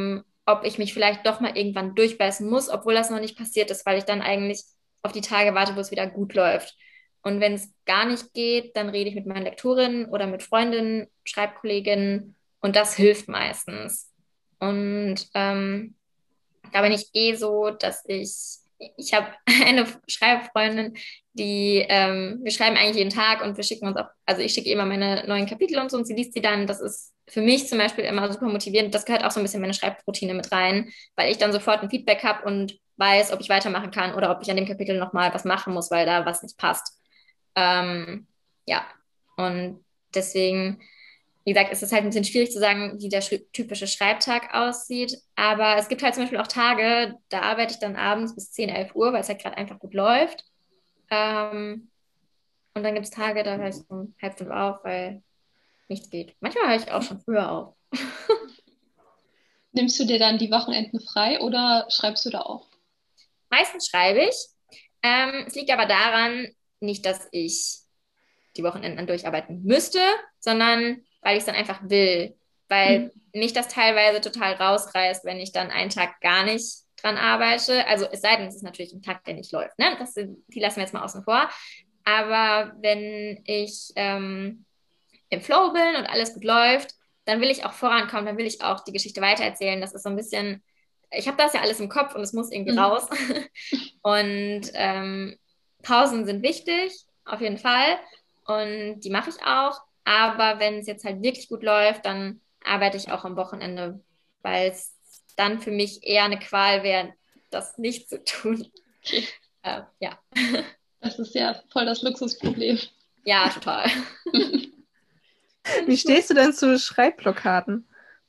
ob ich mich vielleicht doch mal irgendwann durchbeißen muss, obwohl das noch nicht passiert ist, weil ich dann eigentlich auf die Tage warte, wo es wieder gut läuft. Und wenn es gar nicht geht, dann rede ich mit meinen Lektorinnen oder mit Freundinnen, Schreibkolleginnen und das hilft meistens. Und ähm, da bin ich eh so, dass ich, ich habe eine Schreibfreundin, die, ähm, wir schreiben eigentlich jeden Tag und wir schicken uns auch, also ich schicke immer meine neuen Kapitel und so und sie liest sie dann. Das ist für mich zum Beispiel immer super motivierend. Das gehört auch so ein bisschen in meine Schreibroutine mit rein, weil ich dann sofort ein Feedback habe und weiß, ob ich weitermachen kann oder ob ich an dem Kapitel nochmal was machen muss, weil da was nicht passt. Ähm, ja, und deswegen, wie gesagt, ist es halt ein bisschen schwierig zu sagen, wie der sch typische Schreibtag aussieht. Aber es gibt halt zum Beispiel auch Tage, da arbeite ich dann abends bis zehn, elf Uhr, weil es halt gerade einfach gut läuft. Ähm, und dann gibt es Tage, da höre ich um halb fünf auf, weil nichts geht. Manchmal höre ich auch schon früher auf. Nimmst du dir dann die Wochenenden frei oder schreibst du da auch? Meistens schreibe ich. Ähm, es liegt aber daran, nicht, dass ich die Wochenenden dann durcharbeiten müsste, sondern weil ich es dann einfach will. Weil Mhm. mich das teilweise total rausreißt, wenn ich dann einen Tag gar nicht dran arbeite. Also es sei denn, es ist natürlich ein Tag, der nicht läuft. Ne? Das, die lassen wir jetzt mal außen vor. Aber wenn ich ähm, im Flow bin und alles gut läuft, dann will ich auch vorankommen, dann will ich auch die Geschichte weitererzählen. Das ist so ein bisschen, ich habe das ja alles im Kopf und es muss irgendwie Mhm. raus. Und ähm, Pausen sind wichtig, auf jeden Fall. Und die mache ich auch. Aber wenn es jetzt halt wirklich gut läuft, dann arbeite ich auch am Wochenende, weil es dann für mich eher eine Qual wäre, das nicht zu tun. Okay. Äh, ja. Das ist ja voll das Luxusproblem. Ja, total. Wie stehst du denn zu Schreibblockaden?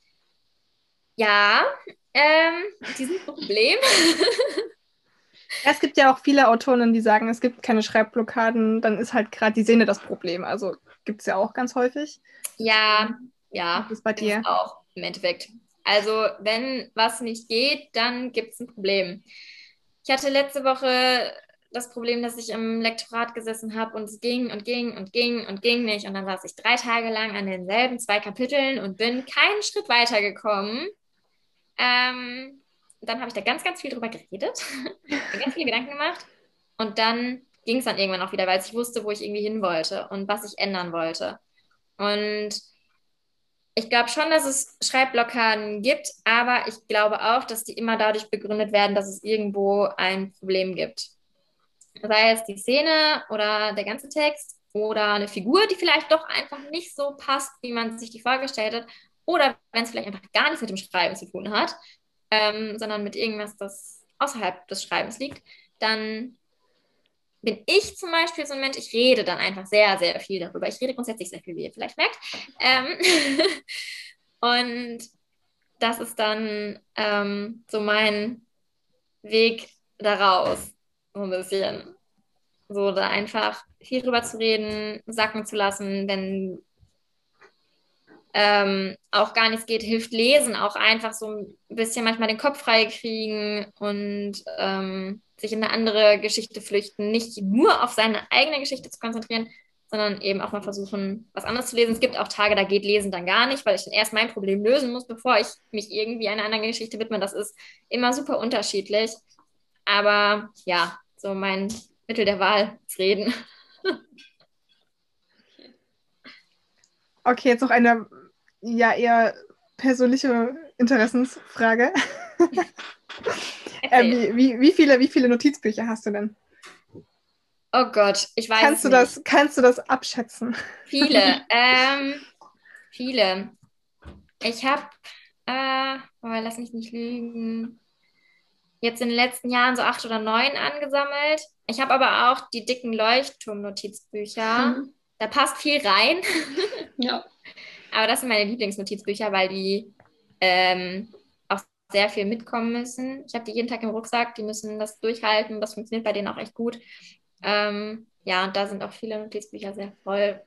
Ja, ähm, die sind ein Problem. Ja, es gibt ja auch viele Autorinnen, die sagen, es gibt keine Schreibblockaden, dann ist halt gerade die Sehne das Problem. Also gibt es ja auch ganz häufig. Ja, Was ja, ist bei ist es dir? auch im Endeffekt. Also, wenn was nicht geht, dann gibt es ein Problem. Ich hatte letzte Woche das Problem, dass ich im Lektorat gesessen habe und es ging und ging und ging und ging nicht. Und dann saß ich drei Tage lang an denselben zwei Kapiteln und bin keinen Schritt weitergekommen. Ähm, dann habe ich da ganz, ganz viel drüber geredet, mir ganz viele Gedanken gemacht. Und dann ging es dann irgendwann auch wieder, weil ich wusste, wo ich irgendwie hin wollte und was ich ändern wollte. Und ich glaube schon, dass es Schreibblockaden gibt, aber ich glaube auch, dass die immer dadurch begründet werden, dass es irgendwo ein Problem gibt. Sei es die Szene oder der ganze Text oder eine Figur, die vielleicht doch einfach nicht so passt, wie man sich die vorgestellt hat. Oder wenn es vielleicht einfach gar nichts mit dem Schreiben zu tun hat, ähm, sondern mit irgendwas, das außerhalb des Schreibens liegt, dann bin ich zum Beispiel so ein Mensch, ich rede dann einfach sehr, sehr viel darüber. Ich rede grundsätzlich sehr viel, wie ihr vielleicht merkt. Ähm und das ist dann ähm, so mein Weg daraus, so ein bisschen. So da einfach viel drüber zu reden, sacken zu lassen, wenn ähm, auch gar nichts geht, hilft lesen, auch einfach so ein bisschen manchmal den Kopf frei kriegen und ähm, sich in eine andere Geschichte flüchten, nicht nur auf seine eigene Geschichte zu konzentrieren, sondern eben auch mal versuchen, was anderes zu lesen. Es gibt auch Tage, da geht Lesen dann gar nicht, weil ich dann erst mein Problem lösen muss, bevor ich mich irgendwie einer anderen Geschichte widme. Das ist immer super unterschiedlich. Aber ja, so mein Mittel der Wahl ist Reden. Okay, jetzt noch eine ja eher persönliche Interessensfrage. äh, wie, wie, wie, viele, wie viele Notizbücher hast du denn? Oh Gott, ich weiß Kannst es du nicht. das, kannst du das abschätzen? Viele, ähm, viele. Ich habe, äh, oh, lass mich nicht lügen, jetzt in den letzten Jahren so acht oder neun angesammelt. Ich habe aber auch die dicken Leuchtturm-Notizbücher. Mhm. Da passt viel rein. Ja. Aber das sind meine Lieblingsnotizbücher, weil die ähm, auch sehr viel mitkommen müssen. Ich habe die jeden Tag im Rucksack, die müssen das durchhalten. Das funktioniert bei denen auch echt gut. Ähm, ja, und da sind auch viele Notizbücher sehr voll.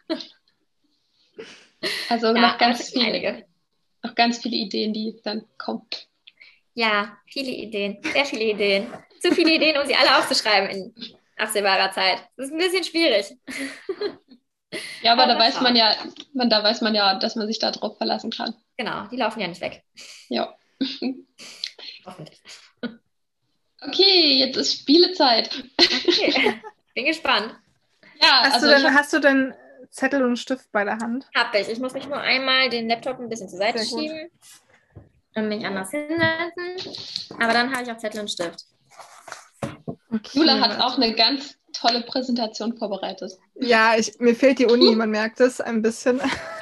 Also Ja, noch aber es ganz sind viele, einige. noch ganz viele Ideen, die dann kommen. Ja, viele Ideen, sehr viele Ideen. Zu viele Ideen, um sie alle aufzuschreiben in absehbarer Zeit. Das ist ein bisschen schwierig. Ja, aber Aber da mal weiß man schauen. ja, man, da weiß man ja, dass man sich da drauf verlassen kann. Genau, die laufen ja nicht weg. Ja. Hoffentlich. Okay, jetzt ist Spielezeit. Okay. Bin gespannt. Ja, Hast, also du ich denn, hab, hast du denn Zettel und Stift bei der Hand? Hab ich. Ich muss mich nur einmal den Laptop ein bisschen zur Seite Sehr gut. schieben und mich anders hinsetzen. Aber dann habe ich auch Zettel und Stift. Okay, Jula hat warte. auch eine ganz tolle Präsentation vorbereitet. Ja, ich, mir fehlt die Uni, man merkt es ein bisschen.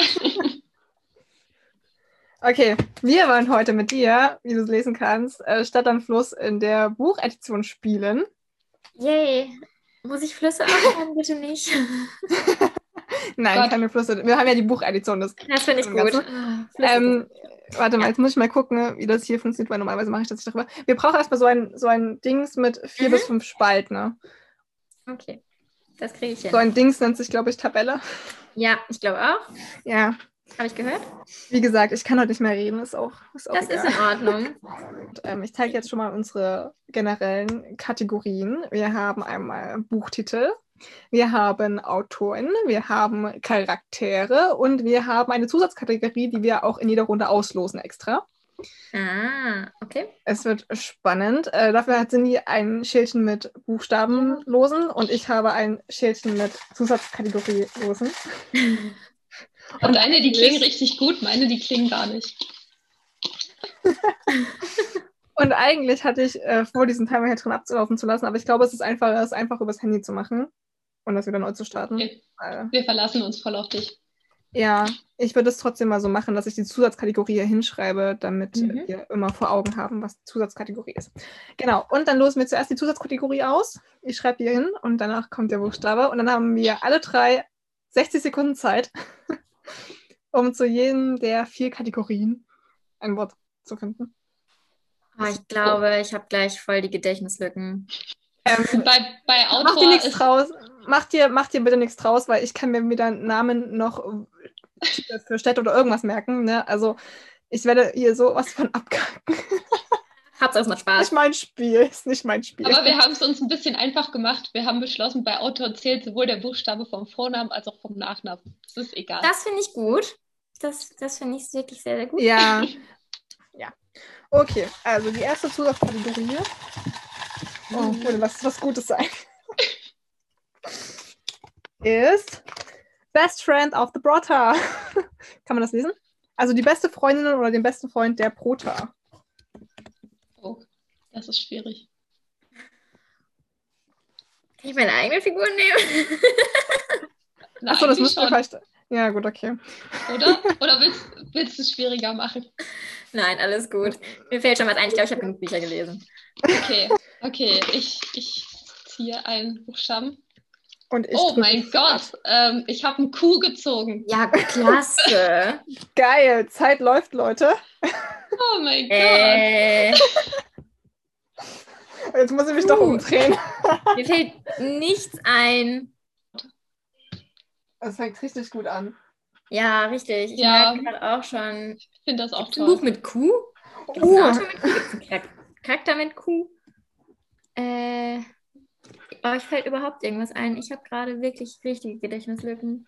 Okay, wir wollen heute mit dir, wie du es lesen kannst, äh, Stadt am Fluss in der Buchedition spielen. Yay. Muss ich Flüsse aufschreiben? Bitte nicht. Nein, Gott. keine Flüsse. Wir haben ja die Buchedition. Das, Das finde ich im gut. Ganzen. Ah, Flüsse Ähm, sind- warte mal, Ja. jetzt muss ich mal gucken, wie das hier funktioniert, weil normalerweise mache ich das nicht darüber. Wir brauchen erstmal so ein, so ein Dings mit vier Mhm. bis fünf Spalten. Ne? Okay. Das kriege ich hin. So ein Dings nennt sich, glaube ich, Tabelle. Ja, ich glaube auch. Ja, Habe ich gehört? wie gesagt, ich kann heute nicht mehr reden, ist auch, ist auch Das egal. ist in Ordnung. Und, ähm, ich zeige jetzt schon mal unsere generellen Kategorien. Wir haben einmal Buchtitel, wir haben Autoren, wir haben Charaktere und wir haben eine Zusatzkategorie, die wir auch in jeder Runde auslosen extra. Ah, okay. Es wird spannend. Äh, dafür hat Cindy ein Schildchen mit Buchstaben losen und ich habe ein Schildchen mit Zusatzkategorie losen. Und deine, die klingen richtig gut, meine, die klingen gar nicht. Und eigentlich hatte ich äh, vor, diesen Timer hier drin abzulaufen zu lassen, aber ich glaube, es ist einfacher, es einfach übers Handy zu machen und das wieder neu zu starten. Okay. Äh, Wir verlassen uns voll auf dich. ja, ich würde es trotzdem mal so machen, dass ich die Zusatzkategorie hier hinschreibe, damit Mhm. äh, wir immer vor Augen haben, was die Zusatzkategorie ist. Genau, und dann losen wir zuerst die Zusatzkategorie aus. Ich schreibe hier hin und danach kommt der Buchstabe und dann haben wir alle drei sechzig Sekunden Zeit, um zu jedem der vier Kategorien ein Wort zu finden. Oh, ich glaube, ich habe gleich voll die Gedächtnislücken. Ähm, Bei, bei Mach dir Autor nichts ist, draus. Mach dir, mach dir bitte nichts draus, weil ich kann mir weder Namen noch äh, für Städte oder irgendwas merken. Ne? Also ich werde hier sowas von abkacken. Hauptsache es macht Nicht Spaß. mein Spiel, ist nicht mein Spiel. aber wir haben es uns ein bisschen einfach gemacht. Wir haben beschlossen, bei Autor zählt sowohl der Buchstabe vom Vornamen als auch vom Nachnamen. Das ist egal. Das finde ich gut. Das, das finde ich wirklich sehr, sehr gut. Ja. Ja. Okay, also die erste Zusatzkategorie. Oh, würde was, was Gutes sein. Ist Best Friend of the Brota. Kann man das lesen? Also die beste Freundin oder den besten Freund der Prota. Oh, das ist schwierig. Kann ich meine eigene Figur nehmen? Na, Achso, das eigentlich müsste schon, vielleicht. Ja, gut, okay. oder? Oder willst, willst du es schwieriger machen? Nein, alles gut. Mir fällt schon was ein. Ich glaube, ich habe genug Bücher gelesen. Okay, okay. Ich, ich ziehe einen Buchstaben. Und ich Oh drücke mein Start. Gott, ähm, ich habe einen Kuh gezogen. Ja, klasse. Geil, Zeit läuft, Leute. Oh mein Gott. äh, Jetzt muss ich mich doch Uh. umdrehen. mir fällt nichts ein. Das fängt richtig gut an. Ja, richtig. Ich Ja. merke gerade auch schon. Ich finde das auch Gibt's ein toll. Buch mit Kuh? Gibt es Uh. ein Auto mit Kuh? Gibt es einen Charak- Charakter mit Kuh? Äh, oh, ich fällt überhaupt irgendwas ein. Ich habe gerade wirklich richtige Gedächtnislücken.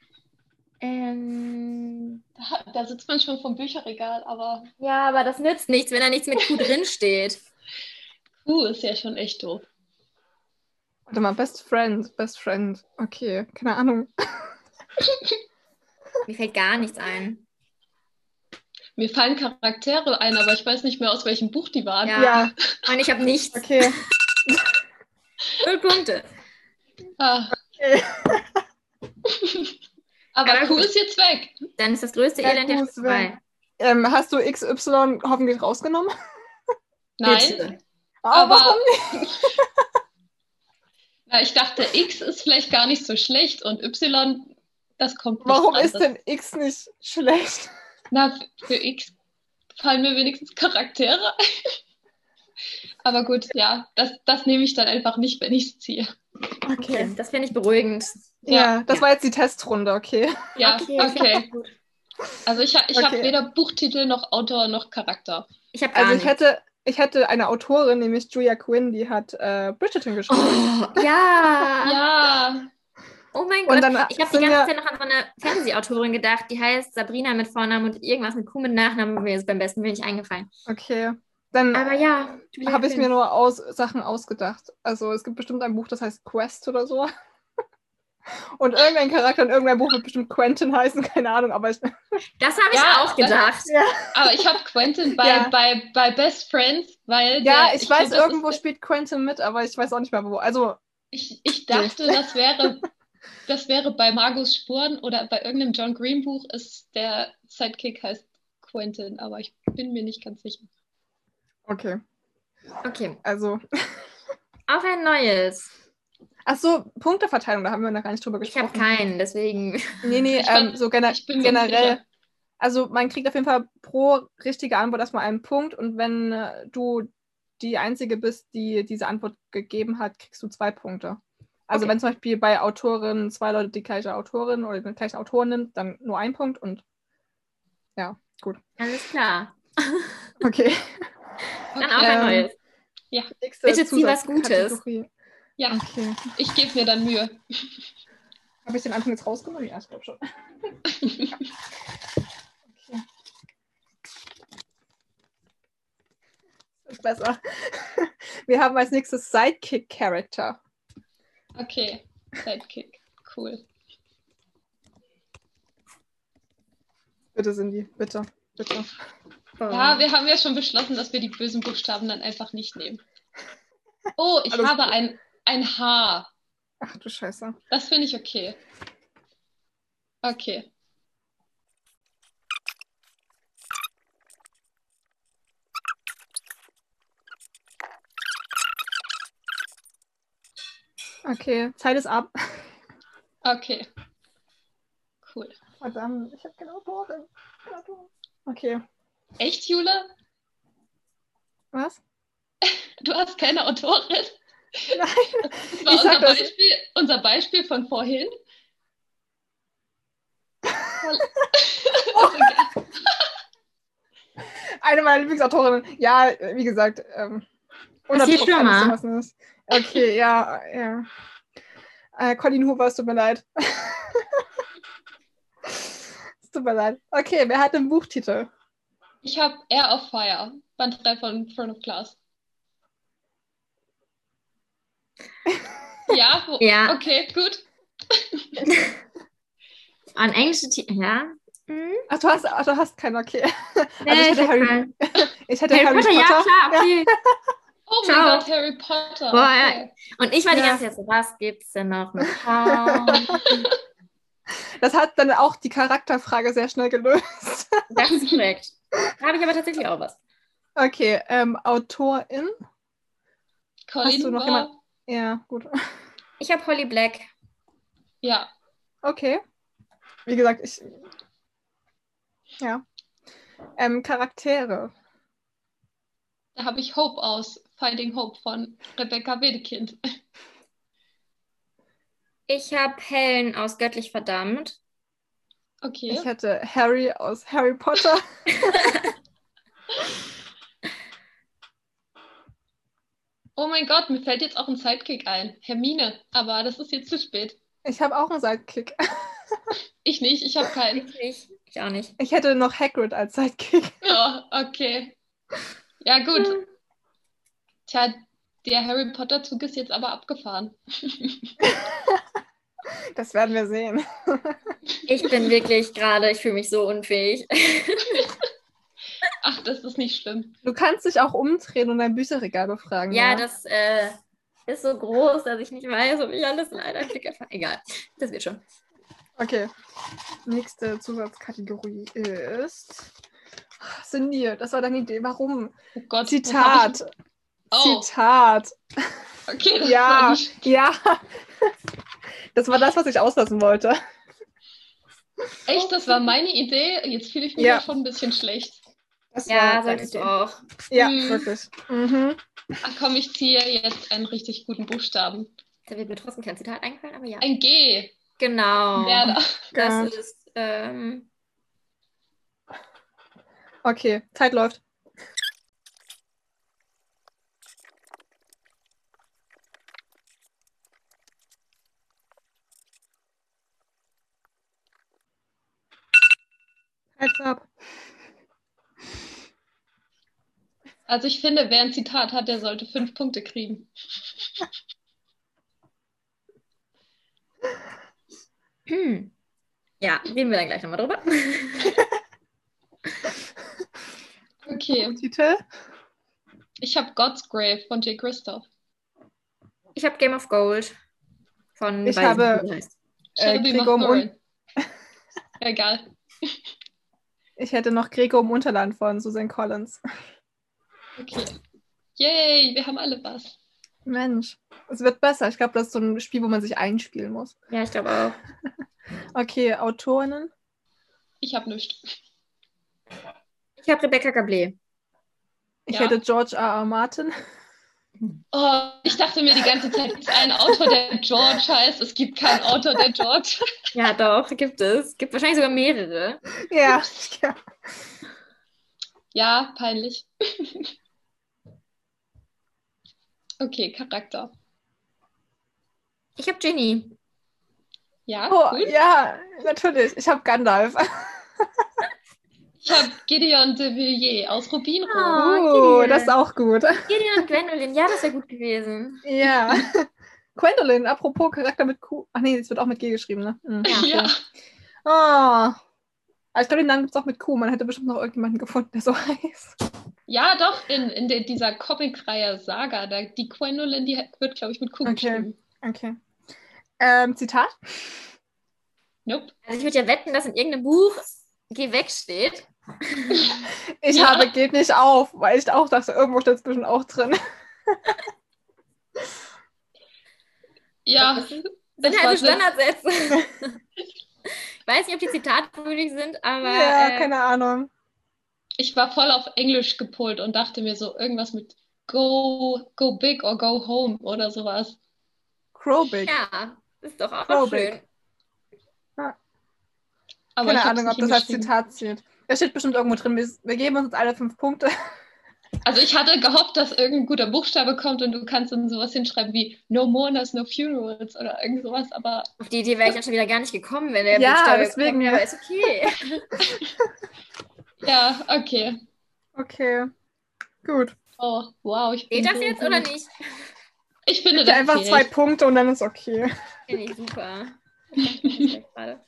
Ähm, Da, da sitzt man schon vom Bücherregal, aber ja, aber das nützt nichts, wenn da nichts mit Kuh drin steht. Kuh ist ja schon echt doof. Warte mal, Best Friend, Best Friend. Okay, keine Ahnung. Mir fällt gar nichts ein. Mir fallen Charaktere ein, aber ich weiß nicht mehr, aus welchem Buch die waren. Ja. Ja, Und ich habe nichts. okay. Null Punkte. Ah. okay. Aber Aber Kuh gut. ist jetzt weg. Dann ist das größte Ja, Elend ja Kuh schon ist vorbei. Ähm, hast du X Y hoffentlich rausgenommen? Nein, Bitte. Oh, Aber- warum nicht? na, ich dachte, X ist vielleicht gar nicht so schlecht und Y, das kommt nicht Warum dran. ist denn X nicht schlecht? Na, f- für X fallen mir wenigstens Charaktere ein. Aber gut, ja, das, das nehme ich dann einfach nicht, wenn ich es ziehe. Okay, das finde ich beruhigend. Ja, das Ja. war jetzt die Testrunde, okay. Ja, Okay, ich okay. finde das gut. Also ich, ha- ich habe Okay. weder Buchtitel noch Autor noch Charakter. Ich habe gar Also ich nichts. hätte, ich hätte eine Autorin, nämlich Julia Quinn, die hat äh, Bridgerton geschrieben. Oh, ja. Ja, Oh mein Und Gott, dann ich habe die sind ganze ja, Zeit noch an so eine Fantasy-Autorin gedacht, die heißt Sabrina mit Vornamen und irgendwas mit Q mit Nachnamen, aber mir ist beim besten Willen nicht eingefallen. okay. Dann Aber ja, Julia habe ich mir Quinn. nur aus, Sachen ausgedacht. Also es gibt bestimmt ein Buch, das heißt Quest oder so. Und irgendein Charakter in irgendeinem Buch wird bestimmt Quentin heißen, keine Ahnung, aber ich. Das habe ich Ja, auch das- gedacht. Ja, Aber ich habe Quentin bei, Ja. bei, bei Best Friends, weil ja der, ich, weiß, glaub, das irgendwo ist, spielt Quentin mit, aber ich weiß auch nicht mehr wo. Also, ich, ich dachte, das wäre, das wäre bei Margus Spuren oder bei irgendeinem John Green Buch ist der Sidekick heißt Quentin, aber ich bin mir nicht ganz sicher. okay. Okay, Also. auf ein neues. Ach so, Punkteverteilung, da haben wir noch gar nicht drüber Ich habe gesprochen. keinen, deswegen. Nee, nee, Ich ähm, weiß- so gener ich bin mir generell. unsicher. Also man kriegt auf jeden Fall pro richtige Antwort erstmal einen Punkt und wenn äh, du die Einzige bist, die diese Antwort gegeben hat, kriegst du zwei Punkte. Also Okay. wenn zum Beispiel bei Autorinnen zwei Leute die gleiche Autorin oder den gleichen Autoren nimmt, dann nur ein Punkt und ja, gut. Alles klar. Okay. Dann Okay. auf ein Ähm, neues. Nächste Bitte zieh was Gutes. Zusatzkategorie. Ja, Okay. ich gebe mir dann Mühe. Habe ich den Anfang jetzt rausgenommen? Ja, ich glaube schon. Okay. Das ist besser. Wir haben als nächstes Sidekick-Character. Okay, Sidekick. Cool. Bitte, Cindy, bitte, bitte. Ja, wir haben ja schon beschlossen, dass wir die bösen Buchstaben dann einfach nicht nehmen. Oh, ich Alles habe gut. ein, ein H. Ach du Scheiße. Das finde ich okay. Okay. Okay, Zeit ist ab. Okay. Cool. Verdammt, ich habe keine Autorin. Keine Autorin. Okay, Echt, Jule? was? Du hast keine Autorin? Nein, Das war Ich sag unser das- Beispiel, unser Beispiel von vorhin. Also, ja. eine meiner Lieblingsautorinnen. Ja, wie gesagt, ähm, Passiert hundert schon mal. was ist. Okay, ja, ja. Äh, Colleen Hoover, es tut mir leid. Es tut mir leid. Okay, wer hat den Buchtitel? Ich habe Air of Fire, Band drei von Throne of Glass. Ja, wo, Ja. okay, gut. An englische Titel, ja. Hm? Ach, du hast, ach, du hast keinen, okay. Nee, Also ich hätte hab Harry, keinen. ich hätte Harry, Harry Potter, ja klar, okay. Oh mein Ciao. Gott, Harry Potter. Boah, Okay. Und ich war die Ja. ganze Zeit so, was gibt's denn noch mit Frauen? Das hat dann auch die Charakterfrage sehr schnell gelöst. Das ist korrekt. Da habe ich aber tatsächlich auch was. Okay, ähm, Autorin? Colleen Hast du noch Hoover. jemand? Ja, gut. Ich habe Holly Black. Ja, Okay. Wie gesagt, ich. Ja. Ähm, Charaktere. da habe ich Hope aus Finding Hope von Rebecca Wedekind. Ich habe Helen aus Göttlich verdammt. Okay. Ich hätte Harry aus Harry Potter. Oh mein Gott, mir fällt jetzt auch ein Sidekick ein. Hermine, aber das ist jetzt zu spät. Ich habe auch einen Sidekick. Ich nicht, ich habe keinen. Ich nicht. Ich auch nicht. Ich hätte noch Hagrid als Sidekick. Ja, okay. Ja, gut. Tja, der Harry Potter-Zug ist jetzt aber abgefahren. Das werden wir sehen. Ich bin wirklich gerade, ich fühle mich so unfähig. Ach, das ist nicht schlimm. Du kannst dich auch umdrehen und dein Bücherregal befragen. Ja, das äh, ist so groß, dass ich nicht weiß, ob ich alles in einer Klicke fange. Egal, das wird schon. Okay. Nächste Zusatzkategorie ist. Cindy, das war deine Idee. Warum? Oh Gott. was hab Zitat. ich- Oh, Zitat. okay, das war Ja, nicht... ja. Das war das, was ich auslassen wollte. Echt, das war meine Idee. Jetzt fühle ich mich Ja. ja schon ein bisschen schlecht. Das Ja, war deine solltest du Idee. auch. Ja, Hm. wirklich. Mhm. Ach komm, ich ziehe jetzt einen richtig guten Buchstaben. Da wird mir trotzdem kein Zitat eingefallen, aber ja. Ein G. Genau. Der da. Das Gut. ist, ähm, Okay, Zeit läuft. Heads up. Also ich finde, wer ein Zitat hat, der sollte fünf Punkte kriegen. Hm. Ja, reden wir dann gleich nochmal drüber. Okay, Titel? ich habe God's Grave von Jay Kristoff. Ich habe Game of Gold von, Ich weiß nicht, habe- wie die heißt. Äh, Shelby Gregor im Mathurin. Ja, egal. Ich hätte noch Gregor im Unterland von Susan Collins. Okay. Yay, wir haben alle was. Mensch, es wird besser. Ich glaube, das ist so ein Spiel, wo man sich einspielen muss. Ja, ich glaube auch. Okay, Autorinnen? Ich habe nichts. Ich habe Rebecca Gablé. Ich Ja. hätte George R. R. Martin. Oh, ich dachte mir die ganze Zeit, es ist ein Autor, der George heißt. Es gibt keinen Autor, der George. Ja, doch, gibt es. Gibt wahrscheinlich sogar mehrere. Ja, ja. Ja, peinlich. Okay, Charakter. Ich habe Ginny. Ja, Oh, gut. ja, natürlich. Ich habe Gandalf. Ich habe Gideon de Villiers aus Rubinrot. Oh, Oh, Gideon. das ist auch gut. Gideon und Gwendolyn, ja, das wäre gut gewesen. Ja. Gwendolyn, apropos Charakter mit Q. Ach nee, das wird auch mit G geschrieben, ne? Hm, Ja. okay. Ja. Oh. Aber ich glaube, den Namen gibt es auch mit Q. Man hätte bestimmt noch irgendjemanden gefunden, der so heißt. Ja, doch, in, in der, dieser Comicreihe Saga, da, die Gwendolyn, die wird, glaube ich, mit Q Okay. geschrieben. Okay. Ähm, Zitat? Nope. Also ich würde ja wetten, dass in irgendeinem Buch Geh weg steht. Ich Ja. habe geht nicht auf, weil ich auch dachte, irgendwo steht es bestimmt auch drin. Ja, Das sind das halt so war's. Standardsätze. Ich weiß nicht, ob die zitatwürdig sind, aber Ja, äh, keine Ahnung. Ich war voll auf Englisch gepolt und dachte mir so irgendwas mit go, go big or go home oder sowas. Crowbig. ja, ist doch auch Crowbig. schön. Aber Keine ich hab's Ahnung, ob nicht das als hingeschrieben. Zitat zählt. Es steht bestimmt irgendwo drin. Wir, wir geben uns jetzt alle fünf Punkte. Also ich hatte gehofft, dass irgendein guter Buchstabe kommt und du kannst dann sowas hinschreiben wie No Mourners, No Funerals oder irgend sowas, aber Auf die Idee wäre ich auch schon wieder gar nicht gekommen, wenn der Ja, Buchstabe deswegen, kommt, ja. aber ist okay. ja, okay. Okay. Gut. Oh, wow, ich bin Geht das so jetzt gut. oder nicht? Ich finde, Gib dir das einfach zählt. zwei Punkte und dann ist okay. Finde ich super. Das macht mich schlecht gerade.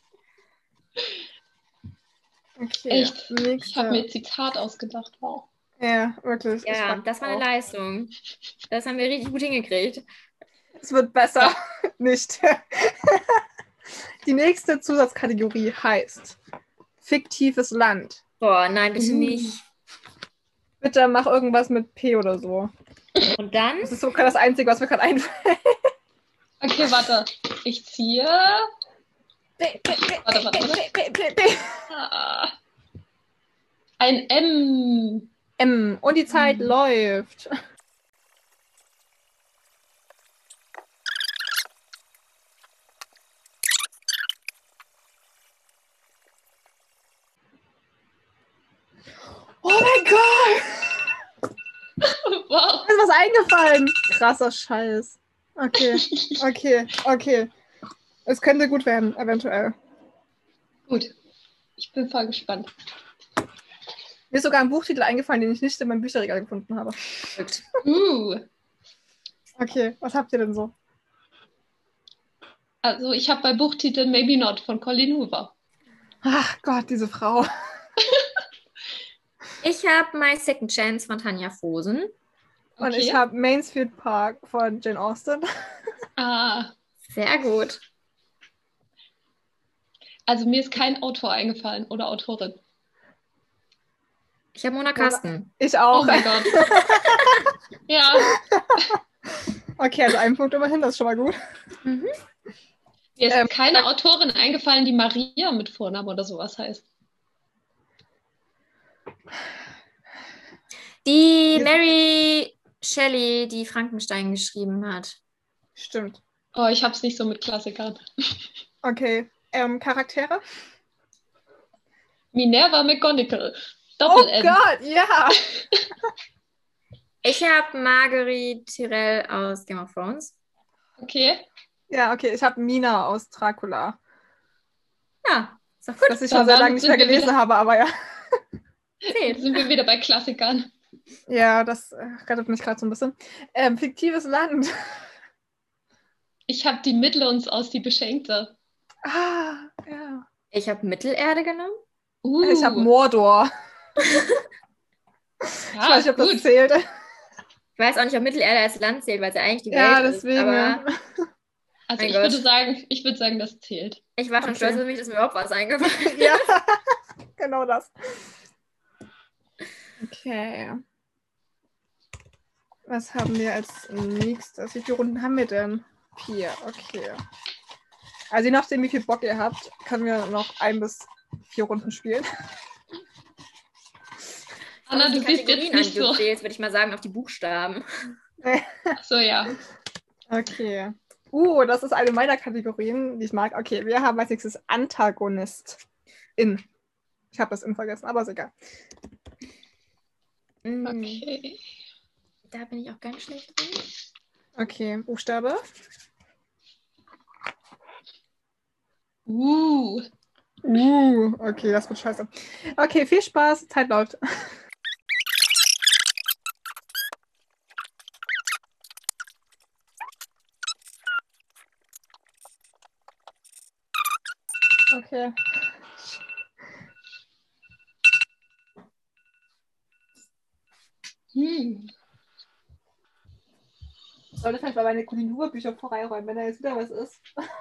Okay. Echt? Nächste. Ich habe mir ein Zitat ausgedacht, wow. Ja, wirklich. ich Ja, fand das war eine auch. Leistung. Das haben wir richtig gut hingekriegt. Es wird besser. Ja. Nicht. Die nächste Zusatzkategorie heißt fiktives Land. Boah, nein, bitte Uh. nicht. Bitte mach irgendwas mit P oder so. Und dann? Das ist so das Einzige, was mir gerade einfällt. Okay, warte. Ich ziehe. P, P, P, Warte, warte, warte. P, P, P, P. Ah. Ein M. M. Und die Zeit Hm. läuft. Oh mein Gott! Wow. Mir ist was eingefallen. Krasser Scheiß. Okay, okay, okay. Es könnte gut werden, eventuell. Gut. Ich bin voll gespannt. Mir ist sogar ein Buchtitel eingefallen, den ich nicht in meinem Bücherregal gefunden habe. Gut. Uh. Okay, was habt ihr denn so? Also ich habe bei Buchtitel Maybe Not von Colleen Hoover. Ach Gott, diese Frau. Ich habe My Second Chance von Tanja Fosen. Und Okay. ich habe Mansfield Park von Jane Austen. Ah, Sehr gut. also mir ist kein Autor eingefallen oder Autorin. Ich habe Mona Kasten. Ich Oh auch. mein Gott. Ja, Okay, also ein Punkt immerhin, das ist schon mal gut. Mhm. mir ist Ähm, keine Autorin eingefallen, die Maria mit Vornamen oder sowas heißt. Die Mary Shelley, die Frankenstein geschrieben hat. Stimmt. Oh, ich hab's nicht so mit Klassikern. Okay. Ähm, Charaktere? Minerva McGonagall. Oh Doppel-N. Gott, ja. Ich habe Marguerite Tyrell aus Game of Thrones. Okay. Ja, okay, ich habe Mina aus Dracula. Ja, Ist doch gut. Das ich Da schon sehr waren- lange nicht sind mehr wir gelesen wieder- habe, aber ja. Jetzt Zählt. sind wir wieder bei Klassikern. Ja, das äh, rettet mich gerade so ein bisschen. Ähm, fiktives Land. Ich habe die Mitteluns aus die Beschenkte. Ah, ja. Ich habe Mittelerde genommen. Uh, Ich habe Mordor. ja, Ich weiß nicht, ob das gut. zählt. Ich weiß auch nicht, ob Mittelerde als Land zählt, weil es ja eigentlich die Ja, Welt ist. deswegen. Aber Also Mein ich Gott. würde sagen, ich würde sagen, das zählt. ich war schon Okay. stolz auf mich, dass mir überhaupt was eingefallen ist. Ja, genau das. Okay. Was haben wir als nächstes? Wie viele Runden haben wir denn? Vier, okay. Also je nachdem, wie viel Bock ihr habt, können wir noch ein bis vier Runden spielen. Anna, Kommt du auf die siehst jetzt Kategorien nicht an, die du so. zählst, würde ich mal sagen, auf die Buchstaben. Ach so, ja. Okay. Uh, das ist eine meiner Kategorien, die ich mag. Okay, wir haben als nächstes Antagonist. In. Ich habe das in vergessen, aber ist egal. Mm, Okay. Da bin ich auch ganz schlecht drin. Okay, Buchstabe. Uh. Uh, okay, das wird scheiße. Okay, viel Spaß. Zeit läuft. Okay. Hm. Ich sollte vielleicht mal meine Kulturbücher vorbeiräumen, wenn da jetzt wieder was ist.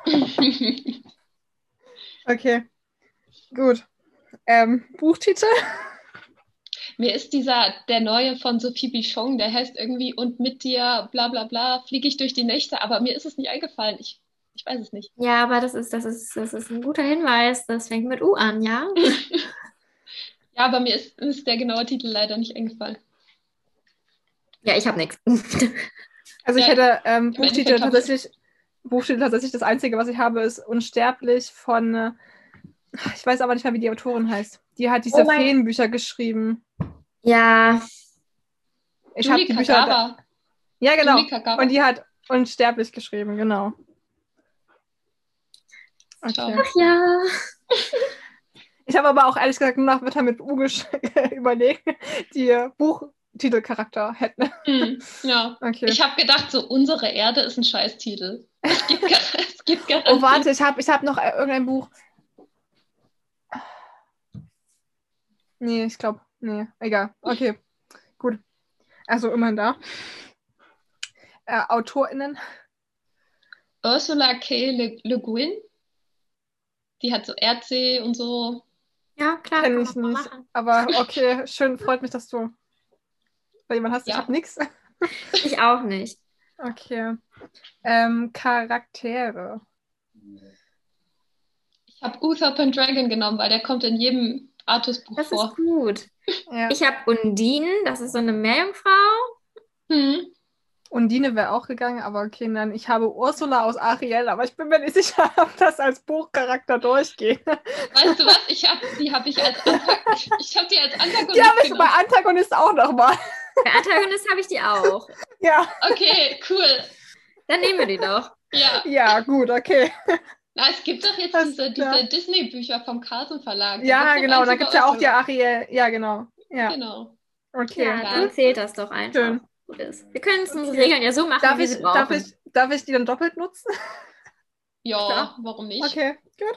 Okay, gut. Ähm, Buchtitel? Mir ist dieser, der neue von Sophie Bichon, der heißt irgendwie Und mit dir, bla bla bla, fliege ich durch die Nächte, aber mir ist es nicht eingefallen. Ich, ich weiß es nicht. Ja, aber das ist, das ist, das ist ein guter Hinweis. Das fängt mit U an, ja? Ja, aber mir ist, ist der genaue Titel leider nicht eingefallen. Ja, ich habe nichts. Also ich Ja, hätte ähm, im Buchtitel Endeffekt hab ich- tatsächlich, Buchtitel tatsächlich das Einzige, was ich habe, ist Unsterblich von, äh, ich weiß aber nicht mehr, wie die Autorin heißt. Die hat diese Oh mein- Feenbücher geschrieben. Ja, Ich habe Julie die Bücher. Da, Kagawa. ja, genau. Julie Kagawa. Und die hat Unsterblich geschrieben, genau. Ciao. Okay. ach ja. Ich habe aber auch ehrlich gesagt nur nach Wörtern mit U gesch- überlegt, die äh, Buchtitelcharakter hätten. Hm, ja. Okay. Ich habe gedacht, so Unsere Erde ist ein Scheißtitel. Es gibt, gar- es gibt Oh, garantiert. warte, ich habe ich hab noch äh, irgendein Buch. Nee, ich glaube, nee, egal. Okay, gut. Also immerhin da. Äh, AutorInnen. Ursula K. Le, Le Guin. Die hat so Erdsee und so. Ja, klar, Kenne kann ich man mal nicht. machen. Aber okay, schön, freut mich, dass du bei jemand hast. Ich Ja. habe nichts. Ich auch nicht. Okay. Ähm, Charaktere. Ich habe Uther Pendragon genommen, weil der kommt in jedem Artus-Buch Das vor. ist gut. Ja. Ich habe Undine, das ist so eine Meerjungfrau. Hm. Undine wäre auch gegangen, aber okay, dann ich habe Ursula aus Ariel, aber ich bin mir nicht sicher, ob das als Buchcharakter durchgeht. Weißt du was? Ich habe die habe ich als Antag ich, ich habe die als Antagonist Die habe ich bei genommen. Antagonist auch nochmal. Bei Antagonist habe ich die auch. Ja, Okay, cool. Dann nehmen wir die doch. Ja. ja, gut, okay. Na, es gibt doch jetzt Das- diese, ja. diese Disney-Bücher vom Carlsen Verlag. Da Ja, gibt's doch genau, eins da über gibt es ja auch die Ursula. Ariel. Ja, genau. Ja, Genau. okay. Ja, Ja. dann zählt das doch einfach. Schön. Gut ist. Wir können es unsere Okay. Regeln ja so machen, Darf wie ich, sie darf, brauchen. ich, darf ich die dann doppelt nutzen? Ja, Klar. warum nicht? Okay, gut.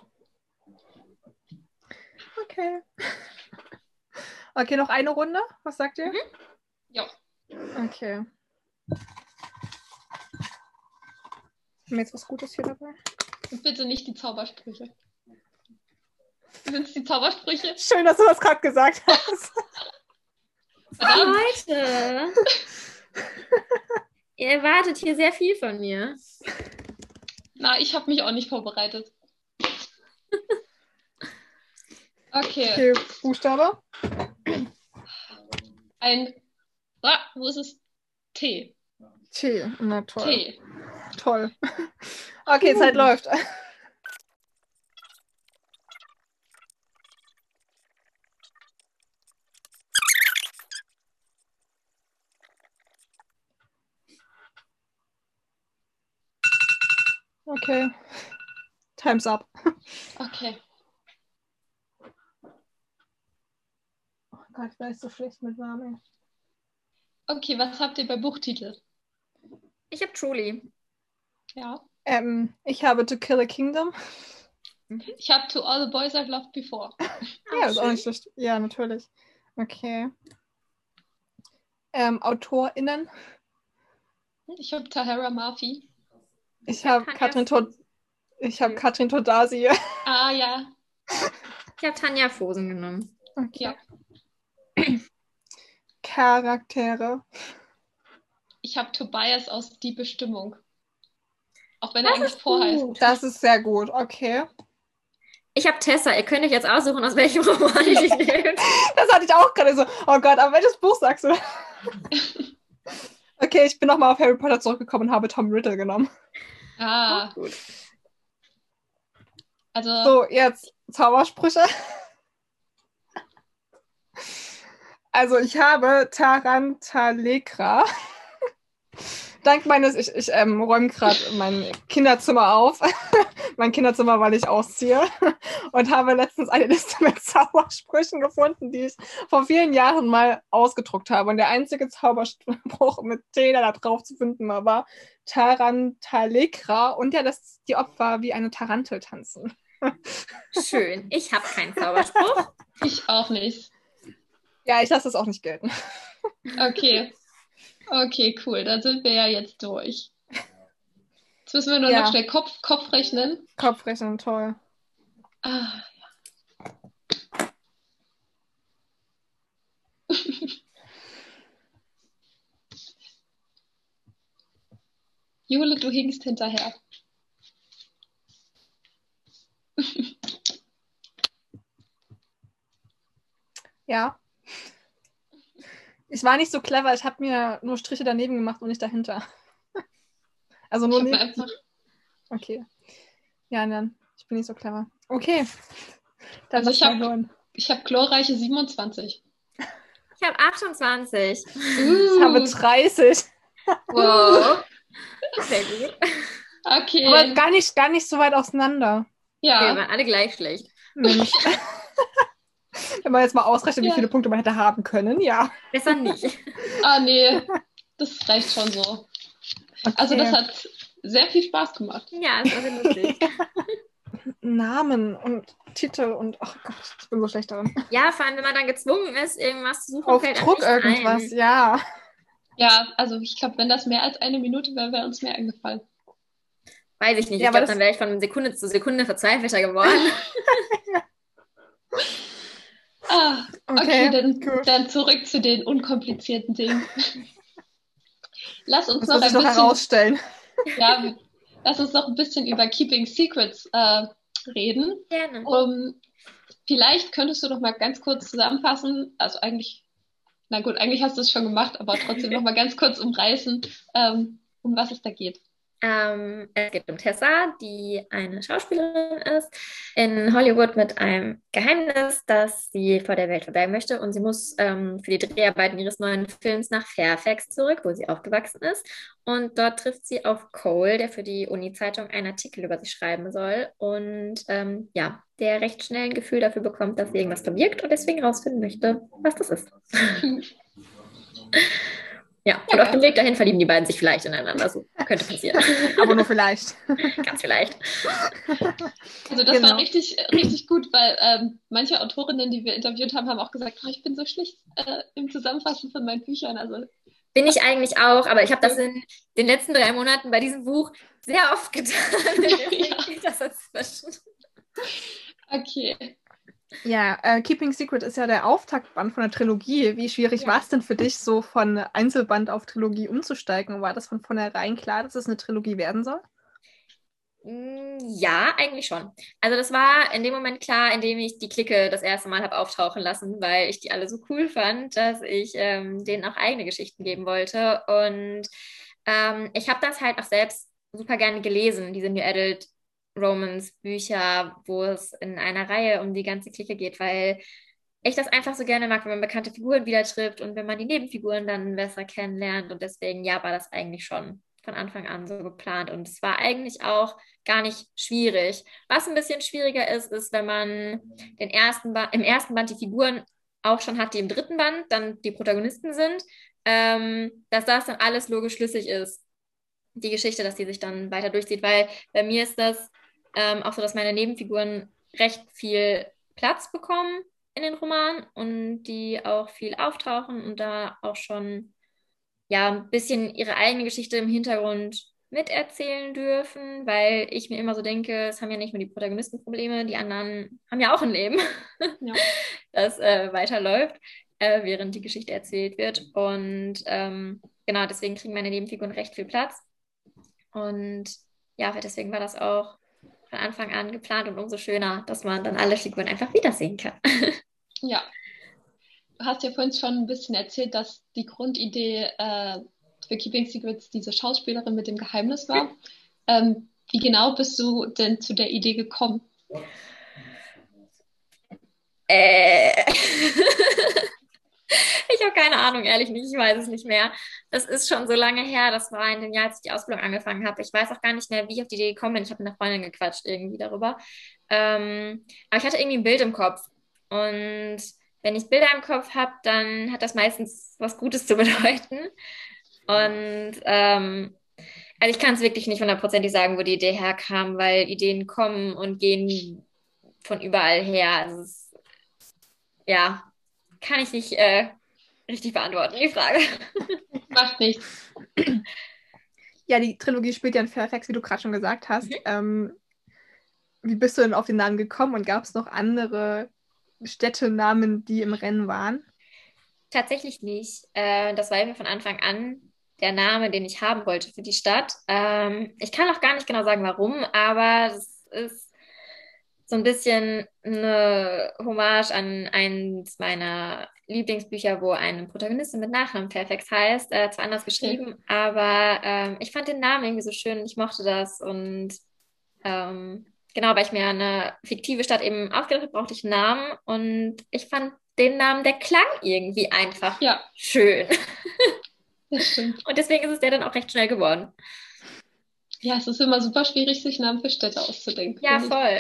Okay. Okay, noch eine Runde. Was sagt ihr? Mhm. Ja. Okay. Haben wir jetzt was Gutes hier dabei? Und bitte nicht die Zaubersprüche. Sind es die Zaubersprüche? Schön, dass du das gerade gesagt hast. Verdammt. Leute, ihr erwartet hier sehr viel von mir. Na, ich habe mich auch nicht vorbereitet. Okay, Okay, Buchstabe. ein. Ah, wo ist es? T. T. Na toll. T. Toll. Okay, Zeit läuft. Okay. Time's up. Okay. Gott, ich weiß so schlecht mit Namen. Okay, was habt ihr bei Buchtitel? Ich habe Truly. Ja. Ähm, ich habe To Kill a Kingdom. Ich habe To All the Boys I've Loved Before. Ja, ist auch nicht schlecht. Ja, natürlich. Okay. Ähm, AutorInnen. Ich habe Tahara Mafi. Ich habe Tanja Katrin Tod ich habe Ja. Katrin Todasi. Ah ja, Ich habe Tanja Fosen genommen. Okay. ja. Charaktere. Ich habe Tobias aus Die Bestimmung. Auch wenn er eigentlich vorheißt. Das ist sehr gut. Okay. Ich habe Tessa. Ihr könnt euch jetzt aussuchen, aus welchem Roman ich die nehme. Das hatte ich auch gerade so. Oh Gott, aber welches Buch sagst du? Okay, ich bin nochmal auf Harry Potter zurückgekommen und habe Tom Riddle genommen. Ah, Gut. also So, jetzt Zaubersprüche. Also ich habe Tarantalekra. Dank meines, ich, ich ähm, räume gerade mein Kinderzimmer auf. Mein Kinderzimmer, weil ich ausziehe. Und habe letztens eine Liste mit Zaubersprüchen gefunden, die ich vor vielen Jahren mal ausgedruckt habe. Und der einzige Zauberspruch mit T, der da drauf zu finden war, war Tarantalekra. Und der lässt die Opfer wie eine Tarantel tanzen. Schön. Ich habe keinen Zauberspruch. ich auch nicht. Ja, ich lasse das auch nicht gelten. Okay. Okay, cool. Dann sind wir ja jetzt durch. Jetzt müssen wir nur Ja. noch schnell Kopf, Kopf rechnen. Kopfrechnen, toll. Ah, Jule, du hinkst hinterher. Ja. Ich war nicht so clever, ich habe mir nur Striche daneben gemacht und nicht dahinter. Also nur Ich habe mir neben. einfach. Okay. Ja, dann. Ich bin nicht so clever. Okay. Dann Also lass ich mal hab- hören. Ich habe glorreiche siebenundzwanzig. Ich habe achtundzwanzig. Ich habe dreißig. Wow. Sehr gut. Okay. Aber gar nicht, gar nicht so weit auseinander. Wir Ja. waren alle gleich schlecht. Mensch. Wenn man jetzt mal ausrechnet, wie Ja. viele Punkte man hätte haben können, ja. Besser nicht. Ah, nee. Das reicht schon so. Okay. Also das hat sehr viel Spaß gemacht. Ja, es war sehr lustig. Namen und Titel und ach Gott, ich bin so schlecht darin. Ja, vor allem, wenn man dann gezwungen ist, irgendwas zu suchen, Auf fällt einem Druck nichts irgendwas, ein. ja. Ja, also ich glaube, wenn das mehr als eine Minute wäre, wäre uns mehr eingefallen. Weiß ich nicht. Ja, ich aber glaube, das- dann wäre ich von Sekunde zu Sekunde verzweifelter geworden. Ah, Okay, okay, dann, gut. dann zurück zu den unkomplizierten Dingen. Lass uns Das noch muss ein ich noch bisschen, herausstellen. ja, lass uns noch ein bisschen über Keeping Secrets äh, reden. Gerne. Um, vielleicht könntest du noch mal ganz kurz zusammenfassen, also eigentlich, na gut, eigentlich hast du es schon gemacht, aber trotzdem noch mal ganz kurz umreißen, ähm, um was es da geht. Ähm, es geht um Tessa, die eine Schauspielerin ist, in Hollywood mit einem Geheimnis, das sie vor der Welt verbergen möchte. Und sie muss ähm, für die Dreharbeiten ihres neuen Films nach Fairfax zurück, wo sie aufgewachsen ist. Und dort trifft sie auf Cole, der für die Uni-Zeitung einen Artikel über sie schreiben soll. Und ähm, ja, der recht schnell ein Gefühl dafür bekommt, dass sie irgendwas verbirgt und deswegen rausfinden möchte, was das ist. Ja, und Ja. auf dem Weg dahin verlieben die beiden sich vielleicht ineinander. So könnte passieren. Aber nur vielleicht. Ganz vielleicht. Also das Genau. war richtig, richtig gut, weil ähm, manche Autorinnen, die wir interviewt haben, haben auch gesagt, oh, ich bin so schlecht äh, im Zusammenfassen von meinen Büchern. Also Bin ich eigentlich auch, aber ich habe das in den letzten drei Monaten bei diesem Buch sehr oft getan. Deswegen geht das dazwischen. okay. Ja, äh, Keeping Secret ist ja der Auftaktband von der Trilogie. Wie schwierig Ja. war es denn für dich, so von Einzelband auf Trilogie umzusteigen? War das von vornherein klar, dass es eine Trilogie werden soll? Mm, Ja, eigentlich schon. Also das war in dem Moment klar, in dem ich die Clique das erste Mal habe auftauchen lassen, weil ich die alle so cool fand, dass ich ähm, denen auch eigene Geschichten geben wollte. Und ähm, ich habe das halt auch selbst super gerne gelesen, diese New Adult Romance Bücher, wo es in einer Reihe um die ganze Clique geht, weil ich das einfach so gerne mag, wenn man bekannte Figuren wieder trifft und wenn man die Nebenfiguren dann besser kennenlernt. Und deswegen, ja, war das eigentlich schon von Anfang an so geplant. Und es war eigentlich auch gar nicht schwierig. Was ein bisschen schwieriger ist, ist, wenn man den ersten ba- im ersten Band die Figuren auch schon hat, die im dritten Band dann die Protagonisten sind, ähm, dass das dann alles logisch schlüssig ist, die Geschichte, dass die sich dann weiter durchzieht, weil bei mir ist das ähm, auch so, dass meine Nebenfiguren recht viel Platz bekommen in den Roman und die auch viel auftauchen und da auch schon ja ein bisschen ihre eigene Geschichte im Hintergrund miterzählen dürfen, weil ich mir immer so denke, es haben ja nicht nur die Protagonisten Probleme, die anderen haben ja auch ein Leben, Ja. das äh, weiterläuft, äh, während die Geschichte erzählt wird. Und ähm, genau, deswegen kriegen meine Nebenfiguren recht viel Platz. Und ja, deswegen war das auch von Anfang an geplant und umso schöner, dass man dann alle Figuren einfach wiedersehen kann. Ja. Du hast ja vorhin schon ein bisschen erzählt, dass die Grundidee äh, für Keeping Secrets diese Schauspielerin mit dem Geheimnis war. Ähm, wie genau bist du denn zu der Idee gekommen? Äh. Ich habe keine Ahnung, ehrlich nicht. Ich weiß es nicht mehr. Das ist schon so lange her. Das war in dem Jahr, als ich die Ausbildung angefangen habe. Ich weiß auch gar nicht mehr, wie ich auf die Idee gekommen bin. Ich habe mit einer Freundin gequatscht irgendwie darüber. Ähm, aber ich hatte irgendwie ein Bild im Kopf. Und wenn ich Bilder im Kopf habe, dann hat das meistens was Gutes zu bedeuten. Und ähm, also ich kann es wirklich nicht hundertprozentig sagen, wo die Idee herkam, weil Ideen kommen und gehen von überall her. Also es, ja, kann ich nicht äh, richtig beantworten, die Frage. Macht nichts. Ja, die Trilogie spielt ja in Fairfax, wie du gerade schon gesagt hast. Mhm. Ähm, wie bist du denn auf den Namen gekommen und gab es noch andere Städtenamen, die im Rennen waren? Tatsächlich nicht. Äh, das war mir von Anfang an der Name, den ich haben wollte für die Stadt. Ähm, ich kann auch gar nicht genau sagen, warum, aber das ist so ein bisschen eine Hommage an eins meiner Lieblingsbücher, wo eine Protagonistin mit Nachnamen Fairfax heißt. Äh, zwar anders Okay. geschrieben, aber ähm, ich fand den Namen irgendwie so schön und ich mochte das. Und ähm, genau, weil ich mir eine fiktive Stadt eben ausgedacht habe, brauchte ich einen Namen und ich fand den Namen, der klang irgendwie einfach Ja, schön. das stimmt. Und deswegen ist es der dann auch recht schnell geworden. Ja, es ist immer super schwierig, sich Namen für Städte auszudenken, Ja, finde ich. voll.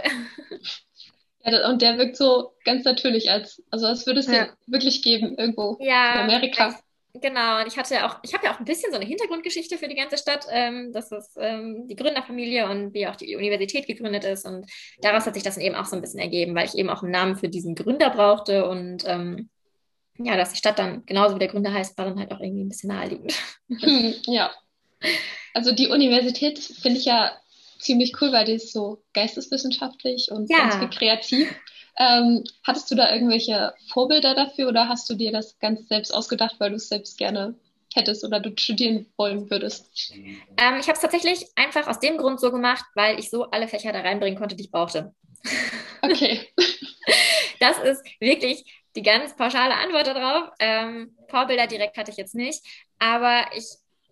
Ja, da- und der wirkt so ganz natürlich, als, also als würde es den Ja. wirklich geben, irgendwo in Ja, weil Amerika. ich, genau. Und ich hatte ja auch, ich habe ja auch ein bisschen so eine Hintergrundgeschichte für die ganze Stadt. Ähm, das ist ähm, die Gründerfamilie und wie auch die Universität gegründet ist. Und daraus hat sich das dann eben auch so ein bisschen ergeben, weil ich eben auch einen Namen für diesen Gründer brauchte. Und ähm, ja, dass die Stadt dann genauso wie der Gründer heißt, war dann halt auch irgendwie ein bisschen naheliegend. Hm, ja, also die Universität finde ich ja ziemlich cool, weil die ist so geisteswissenschaftlich und ganz viel Ja, kreativ. Ähm, hattest du da irgendwelche Vorbilder dafür oder hast du dir das ganz selbst ausgedacht, weil du es selbst gerne hättest oder du studieren wollen würdest? ähm, ich habe es tatsächlich einfach aus dem Grund so gemacht, weil ich so alle Fächer da reinbringen konnte, die ich brauchte. Okay. Das ist wirklich die ganz pauschale Antwort darauf. Ähm, Vorbilder direkt hatte ich jetzt nicht, aber ich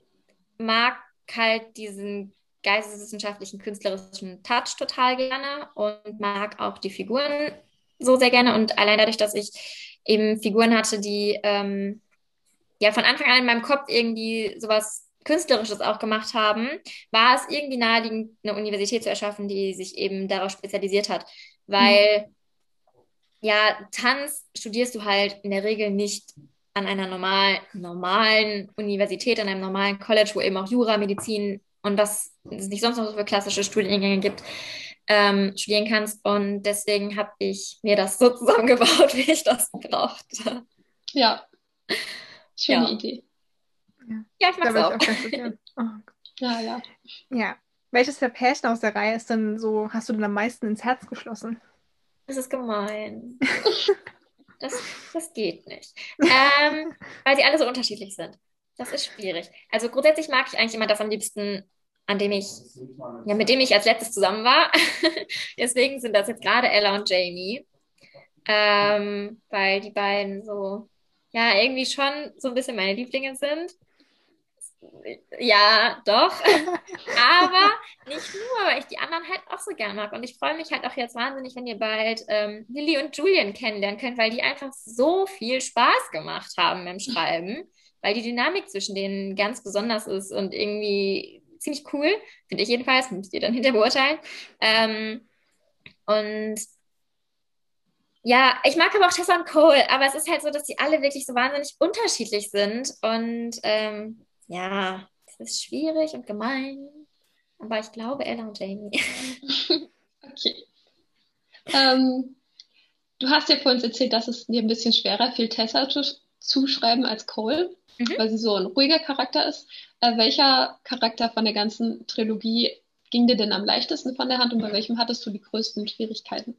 mag halt diesen geisteswissenschaftlichen, künstlerischen Touch total gerne und mag auch die Figuren so sehr gerne. Und allein dadurch, dass ich eben Figuren hatte, die ähm, ja von Anfang an in meinem Kopf irgendwie sowas Künstlerisches auch gemacht haben, war es irgendwie naheliegend, eine Universität zu erschaffen, die sich eben darauf spezialisiert hat. Hm. Weil ja, Tanz studierst du halt in der Regel nicht an einer normal, normalen Universität, an einem normalen College, wo eben auch Jura, Medizin und was es nicht sonst noch so für klassische Studiengänge gibt, ähm, studieren kannst. Und deswegen habe ich mir das so zusammengebaut, wie ich das brauchte. Ja, schöne Ja, Idee. Ja, ja, ich da mag's würde ich auch. auch gern studieren. Oh. Ja, ja. Ja. Welches der Pärchen aus der Reihe ist denn so, hast du denn am meisten ins Herz geschlossen? Das ist gemein. Das, das geht nicht. Ähm, weil sie alle so unterschiedlich sind. Das ist schwierig. Also grundsätzlich mag ich eigentlich immer das am liebsten, an dem ich, ja, mit dem ich als letztes zusammen war. Deswegen sind das jetzt gerade Ella und Jamie. Ähm, weil die beiden so, ja, irgendwie schon so ein bisschen meine Lieblinge sind. Ja, doch. Aber nicht nur, weil ich die anderen halt auch so gern mag. Und ich freue mich halt auch jetzt wahnsinnig, wenn ihr bald ähm, Lily und Julian kennenlernen könnt, weil die einfach so viel Spaß gemacht haben beim Schreiben, weil die Dynamik zwischen denen ganz besonders ist und irgendwie ziemlich cool, finde ich jedenfalls, müsst ihr dann hinterher beurteilen. Ähm, und Ja, ich mag aber auch Tessa und Cole, aber es ist halt so, dass die alle wirklich so wahnsinnig unterschiedlich sind. Und ähm, ja, es ist schwierig und gemein. Aber ich glaube Ella und Jamie. Okay. Ähm, Du hast ja vorhin erzählt, dass es dir ein bisschen schwerer fiel, Tessa zu, zuschreiben als Cole, Mhm. weil sie so ein ruhiger Charakter ist. Äh, welcher Charakter von der ganzen Trilogie ging dir denn am leichtesten von der Hand und bei welchem hattest du die größten Schwierigkeiten?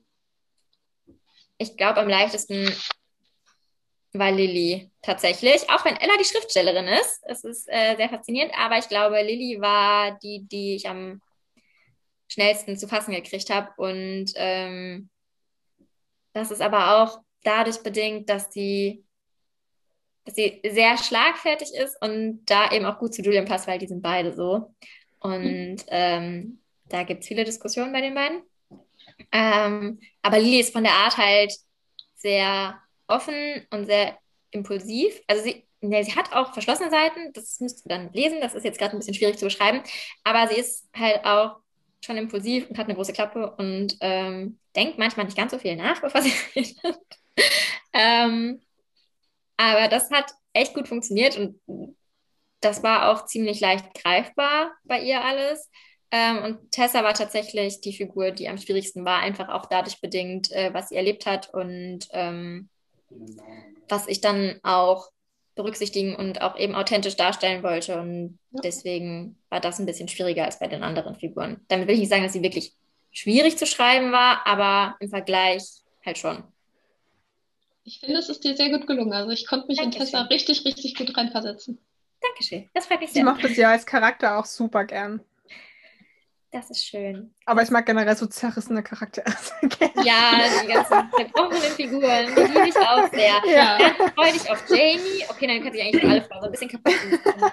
Ich glaube, am leichtesten war Lilly tatsächlich. Auch wenn Ella die Schriftstellerin ist. Es ist äh, sehr faszinierend, aber ich glaube, Lilly war die, die ich am schnellsten zu fassen gekriegt habe. Und ähm, das ist aber auch dadurch bedingt, dass die, dass sie sehr schlagfertig ist und da eben auch gut zu Julian passt, weil die sind beide so. Und ähm, da gibt es viele Diskussionen bei den beiden. Ähm, aber Lilly ist von der Art halt sehr offen und sehr impulsiv. Also sie, ne, sie hat auch verschlossene Seiten, das müsst ihr dann lesen, das ist jetzt gerade ein bisschen schwierig zu beschreiben, aber sie ist halt auch schon impulsiv und hat eine große Klappe und ähm, denkt manchmal nicht ganz so viel nach, bevor sie redet. Ähm, aber das hat echt gut funktioniert und das war auch ziemlich leicht greifbar bei ihr alles. Ähm, und Tessa war tatsächlich die Figur, die am schwierigsten war, einfach auch dadurch bedingt, äh, was sie erlebt hat und ähm, was ich dann auch berücksichtigen und auch eben authentisch darstellen wollte. Und Ja. deswegen war das ein bisschen schwieriger als bei den anderen Figuren. Damit will ich nicht sagen, dass sie wirklich schwierig zu schreiben war, aber im Vergleich halt schon. Ich finde, es ist dir sehr gut gelungen. Also ich konnte mich in Tessa Dankeschön. richtig, richtig gut reinversetzen. Dankeschön. Das freut mich Ich sehr. mochte sie ja als Charakter auch super gern. Das ist schön. Aber Das ich mag generell so zerrissene Charaktere sehr gern. Ja, die ganzen zerbrochenen Figuren, die liebe ich auch sehr. Ja. Dann freue dich auf Jamie. Okay, dann kann sich eigentlich für alle Frauen so ein bisschen kaputt machen.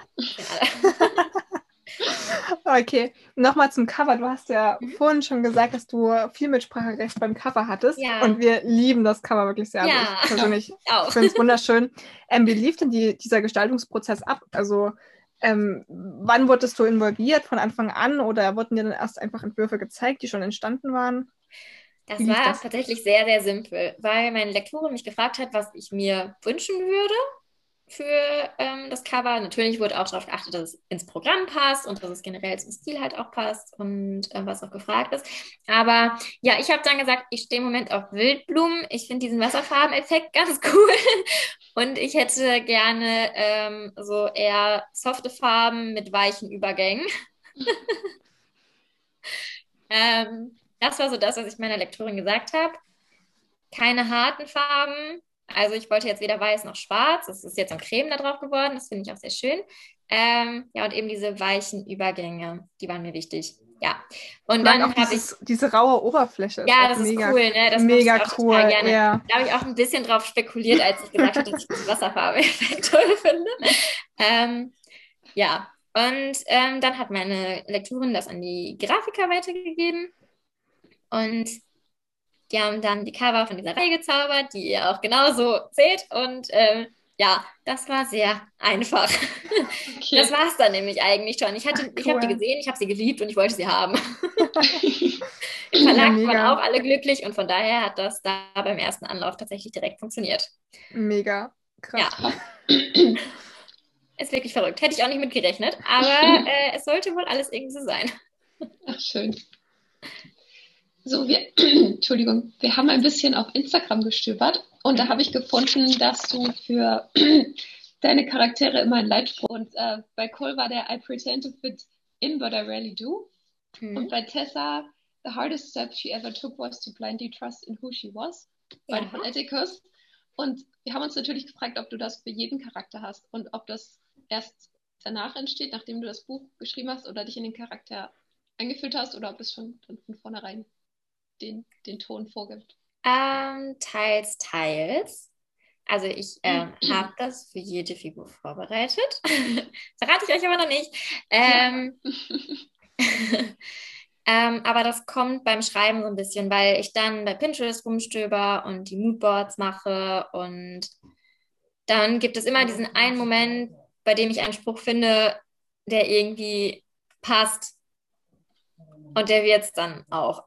Okay, nochmal zum Cover. Du hast ja Mhm. vorhin schon gesagt, dass du viel Mitspracherecht beim Cover hattest. Ja. Und wir lieben das Cover wirklich sehr. Also Ja, ich persönlich auch. finde es wunderschön. Ähm, wie lief denn die, dieser Gestaltungsprozess ab? Also ähm, wann wurdest du involviert? Von Anfang an? Oder wurden dir dann erst einfach Entwürfe gezeigt, die schon entstanden waren? Wie Das lief war das? tatsächlich sehr, sehr simpel, weil meine Lektorin mich gefragt hat, was ich mir wünschen würde für ähm, das Cover. Natürlich wurde auch darauf geachtet, dass es ins Programm passt und dass es generell zum Stil halt auch passt und äh, was auch gefragt ist. Aber ja, ich habe dann gesagt, ich stehe im Moment auf Wildblumen. Ich finde diesen Wasserfarbeneffekt ganz cool. Und ich hätte gerne ähm, so eher softe Farben mit weichen Übergängen. Ähm, das war so das, was ich meiner Lektorin gesagt habe. Keine harten Farben. Also ich wollte jetzt weder weiß noch schwarz. Es ist jetzt ein Creme da drauf geworden. Das finde ich auch sehr schön. Ähm, ja, und eben diese weichen Übergänge, die waren mir wichtig. Ja. Und Ich mag dann auch habe ich, dieses, diese raue Oberfläche. Ist ja, auch das ist mega, cool, ne? Das mochte mega ich auch cool. total gerne. Ja. Da habe ich auch ein bisschen drauf spekuliert, als ich gesagt habe, dass ich diesen Wasserfarbe-Effekt toll finde. Ähm, ja. Und ähm, dann hat meine Lektorin das an die Grafiker weitergegeben. Und die haben dann die Cover von dieser Reihe gezaubert, die ihr auch genauso seht. Und ähm, ja, das war sehr einfach. Okay. Das war es dann nämlich eigentlich schon. Ich hatte, ich habe die Cool. gesehen, ich habe sie geliebt und ich wollte sie haben. Im Ja, Verlag waren mega. auch alle glücklich und von daher hat das da beim ersten Anlauf tatsächlich direkt funktioniert. Mega. Krass. Ja, ist wirklich verrückt. Hätte ich auch nicht mitgerechnet, aber äh, es sollte wohl alles irgendwie so sein. Ach, schön. So, wir, Entschuldigung, wir haben ein bisschen auf Instagram gestöbert und da habe ich gefunden, dass du für deine Charaktere immer einen Leitspruch und äh, bei Cole war der I pretend to fit in, but I rarely do. Mhm. Und bei Tessa, the hardest step she ever took was to blindly trust in who she was. Beide Ja. von Atticus. Und wir haben uns natürlich gefragt, ob du das für jeden Charakter hast und ob das erst danach entsteht, nachdem du das Buch geschrieben hast oder dich in den Charakter eingeführt hast oder ob es schon dann von vornherein den, den Ton vorgibt. Ähm, teils, teils. Also ich ähm, habe das für jede Figur vorbereitet. Verrate ich euch aber noch nicht. Ähm, ähm, aber das kommt beim Schreiben so ein bisschen, weil ich dann bei Pinterest rumstöber und die Moodboards mache und dann gibt es immer diesen einen Moment, bei dem ich einen Spruch finde, der irgendwie passt Und der wird es dann auch.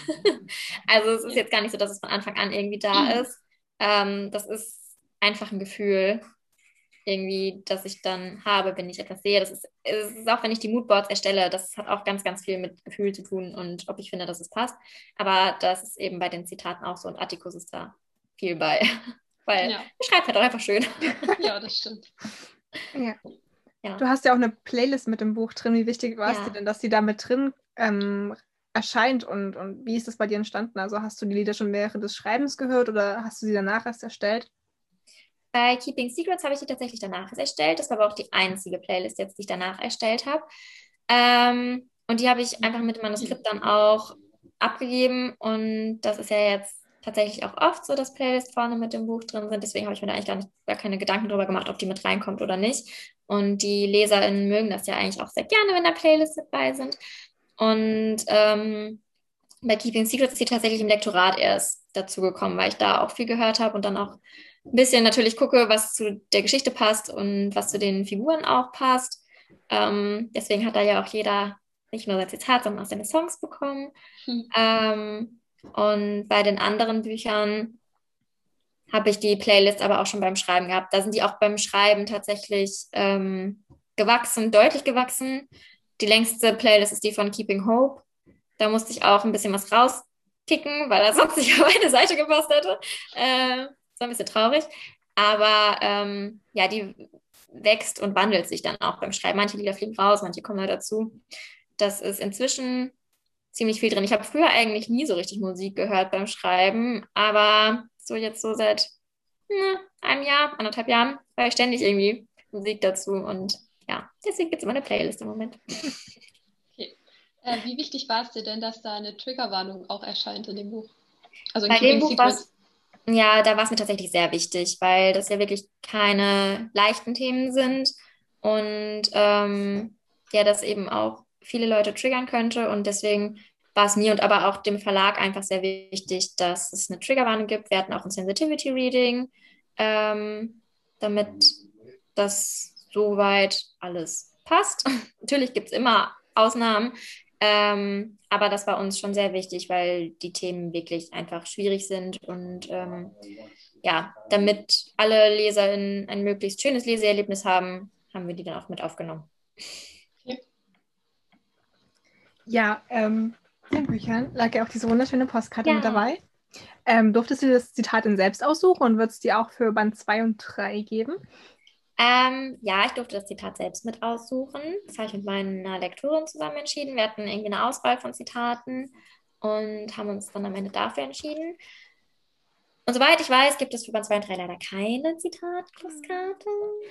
Also es ist jetzt gar nicht so, dass es von Anfang an irgendwie da ist. Ähm, das ist einfach ein Gefühl, irgendwie, das ich dann habe, wenn ich etwas sehe. Das ist, es ist auch, wenn ich die Moodboards erstelle, das hat auch ganz, ganz viel mit Gefühl zu tun und ob ich finde, dass es passt. Aber das ist eben bei den Zitaten auch so und Atticus ist da viel bei. Weil Ja. er schreibt halt auch einfach schön. Ja, das stimmt. Ja. Ja. Du hast ja auch eine Playlist mit dem Buch drin. Wie wichtig war es Ja. dir denn, dass die da mit drin ähm, erscheint und, und wie ist das bei dir entstanden? Also hast du die Lieder schon während des Schreibens gehört oder hast du sie danach erst erstellt? Bei Keeping Secrets habe ich die tatsächlich danach erst erstellt. Das war aber auch die einzige Playlist jetzt, die ich danach erstellt habe. Ähm, und die habe ich einfach mit dem Manuskript dann auch abgegeben. Und das ist ja jetzt tatsächlich auch oft so, dass Playlists vorne mit dem Buch drin sind. Deswegen habe ich mir da eigentlich gar, nicht, gar keine Gedanken drüber gemacht, ob die mit reinkommt oder nicht. Und die LeserInnen mögen das ja eigentlich auch sehr gerne, wenn da Playlists dabei sind. Und ähm, bei Keeping Secrets ist die tatsächlich im Lektorat erst dazu gekommen, weil ich da auch viel gehört habe und dann auch ein bisschen natürlich gucke, was zu der Geschichte passt und was zu den Figuren auch passt. Ähm, deswegen hat da ja auch jeder nicht nur sein Zitat, sondern auch seine Songs bekommen. Hm. Ähm, und bei den anderen Büchern habe ich die Playlist aber auch schon beim Schreiben gehabt. Da sind die auch beim Schreiben tatsächlich ähm, gewachsen, deutlich gewachsen. Die längste Playlist ist die von Keeping Hope. Da musste ich auch ein bisschen was rauskicken, weil er sonst nicht auf eine Seite gepasst hätte. Äh, das war ein bisschen traurig. Aber ähm, ja, die wächst und wandelt sich dann auch beim Schreiben. Manche Lieder fliegen raus, manche kommen da dazu. Das ist inzwischen ziemlich viel drin. Ich habe früher eigentlich nie so richtig Musik gehört beim Schreiben, aber so jetzt so seit ne, einem Jahr, anderthalb Jahren höre ich ständig irgendwie Musik dazu und ja, deswegen gibt es immer eine Playlist im Moment. Okay. Äh, wie wichtig war es dir denn, dass da eine Triggerwarnung auch erscheint in dem Buch? Also in Bei Keeping dem Buch war Secrets. es, ja, da war es mir tatsächlich sehr wichtig, weil das ja wirklich keine leichten Themen sind und ähm, ja, das eben auch viele Leute triggern könnte und deswegen war es mir und aber auch dem Verlag einfach sehr wichtig, dass es eine Triggerwarnung gibt. Wir hatten auch ein Sensitivity Reading, ähm, damit das soweit alles passt. Natürlich gibt es immer Ausnahmen, ähm, aber das war uns schon sehr wichtig, weil die Themen wirklich einfach schwierig sind und ähm, ja, damit alle LeserInnen ein möglichst schönes Leseerlebnis haben, haben wir die dann auch mit aufgenommen. Okay. Ja, ähm, in den Büchern lag ja auch diese wunderschöne Postkarte Ja. mit dabei. Ähm, durftest du das Zitat denn selbst aussuchen und wird es dir auch für Band zwei und drei geben? Ähm, ja, ich durfte das Zitat selbst mit aussuchen. Das habe ich mit meiner Lektorin zusammen entschieden. Wir hatten irgendwie eine Auswahl von Zitaten und haben uns dann am Ende dafür entschieden. Und soweit ich weiß, gibt es für Band zwei und drei leider keine Zitatpostkarte.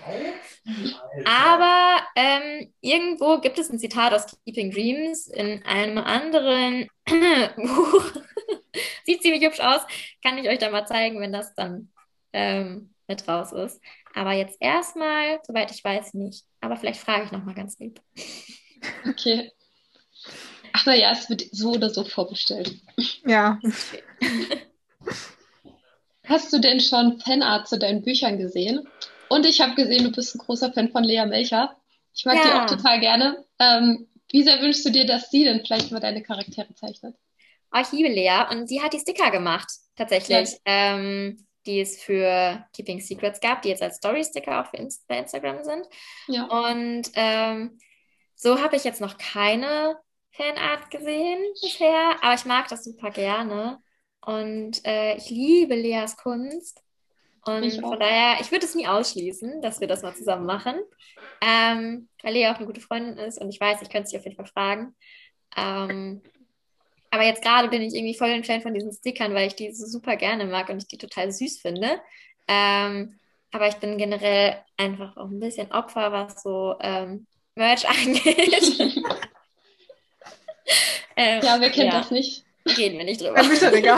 Aber ähm, irgendwo gibt es ein Zitat aus Keeping Dreams in einem anderen Buch. Sieht ziemlich hübsch aus. Kann ich euch dann mal zeigen, wenn das dann ähm, mit raus ist. Aber jetzt erstmal, soweit ich weiß, nicht. Aber vielleicht frage ich nochmal ganz lieb. Okay. Ach naja, es wird so oder so vorbestellt. Ja. Hast du denn schon Fanart zu deinen Büchern gesehen? Und ich habe gesehen, du bist ein großer Fan von Lea Melcher. Ich mag die Ja. auch total gerne. Ähm, wie sehr wünschst du dir, dass sie denn vielleicht mal deine Charaktere zeichnet? Oh, ich liebe Lea und sie hat die Sticker gemacht, tatsächlich. Ja. Ähm, die es für Keeping Secrets gab, die jetzt als Story-Sticker auch für Inst- bei Instagram sind. Ja. Und ähm, so habe ich jetzt noch keine Fanart gesehen bisher, aber ich mag das super gerne. Und äh, ich liebe Leas Kunst. Und Ich auch. von daher, ich würde es nie ausschließen, dass wir das mal zusammen machen. Ähm, weil Lea auch eine gute Freundin ist und ich weiß, ich könnte sie auf jeden Fall fragen. Ähm, aber jetzt gerade bin ich irgendwie voll ein Fan von diesen Stickern, weil ich die so super gerne mag und ich die total süß finde. Ähm, aber ich bin generell einfach auch ein bisschen Opfer, was so ähm, Merch angeht. ähm, Ja, wer kennt ja, das nicht? reden wir nicht drüber. Ein Bücherregal.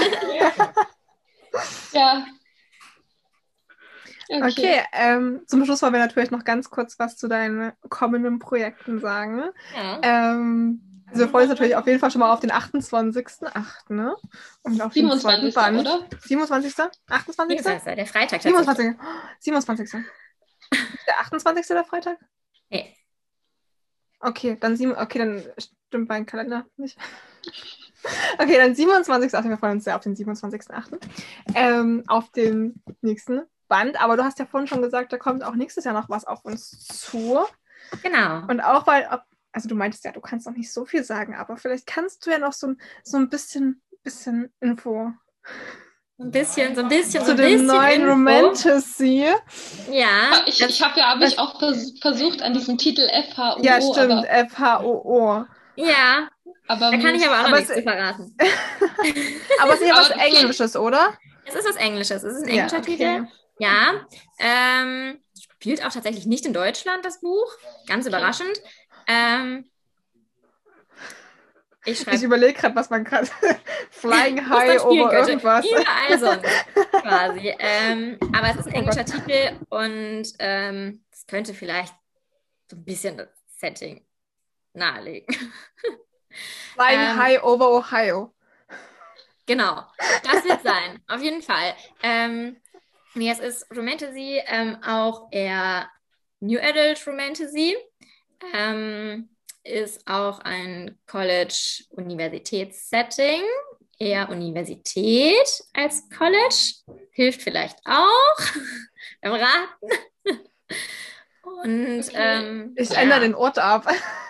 Ja. Okay. Okay, ähm, zum Schluss wollen wir natürlich noch ganz kurz was zu deinen kommenden Projekten sagen. Ja. Ähm, also wir freuen uns natürlich auf jeden Fall schon mal auf den achtundzwanzigsten achten Ne? Und auf den zweiten siebenundzwanzigsten Band. oder? siebenundzwanzigsten achtundzwanzigsten siebenundzwanzigsten Der Freitag tatsächlich. siebenundzwanzigsten siebenundzwanzigsten Ist der achtundzwanzigste der Freitag? Nee. Okay, dann sieben, okay, dann stimmt mein Kalender nicht. Okay, dann siebenundzwanzigsten achten Wir freuen uns sehr auf den siebenundzwanzigsten achten Ähm, auf den nächsten Band. Aber du hast ja vorhin schon gesagt, da kommt auch nächstes Jahr noch was auf uns zu. Genau. Und auch weil, also du meintest ja, du kannst noch nicht so viel sagen, aber vielleicht kannst du ja noch so, ein- so ein bisschen, bisschen Info Ein bisschen, so ein bisschen, so zu ein dem bisschen neuen Info. Romantasy. Ja. Ich, das- ich habe ja, habe ich auch vers versucht an diesem Titel F H O O. Ja, stimmt, aber, F H O O. Ja, aber da kann ich aber auch noch Aber nichts es- zu verraten. Aber es ist ja was Aber vielleicht- Englisches, oder? Es ist was Englisches. Es ist ein Ja, englischer okay. Titel. Ja. Ähm, spielt auch tatsächlich nicht in Deutschland, das Buch. Ganz überraschend. Ähm, ich Ich schreibe, überlege gerade, was man gerade Flying was man High spielen over könnte. irgendwas. Überall sonst, quasi. Ähm, aber es ist ein Oh englischer Gott. Titel und ähm, es könnte vielleicht so ein bisschen das Setting nahelegen. Flying Ähm, High over Ohio. Genau, das wird sein, auf jeden Fall. Ähm, nee, es ist Romantasy, ähm, auch eher New Adult Romantasy. Ähm, ist auch ein College-Universitäts-Setting, eher Universität als College. Hilft vielleicht auch beim Raten. Und Okay. ähm, Ich ja. ändere den Ort ab.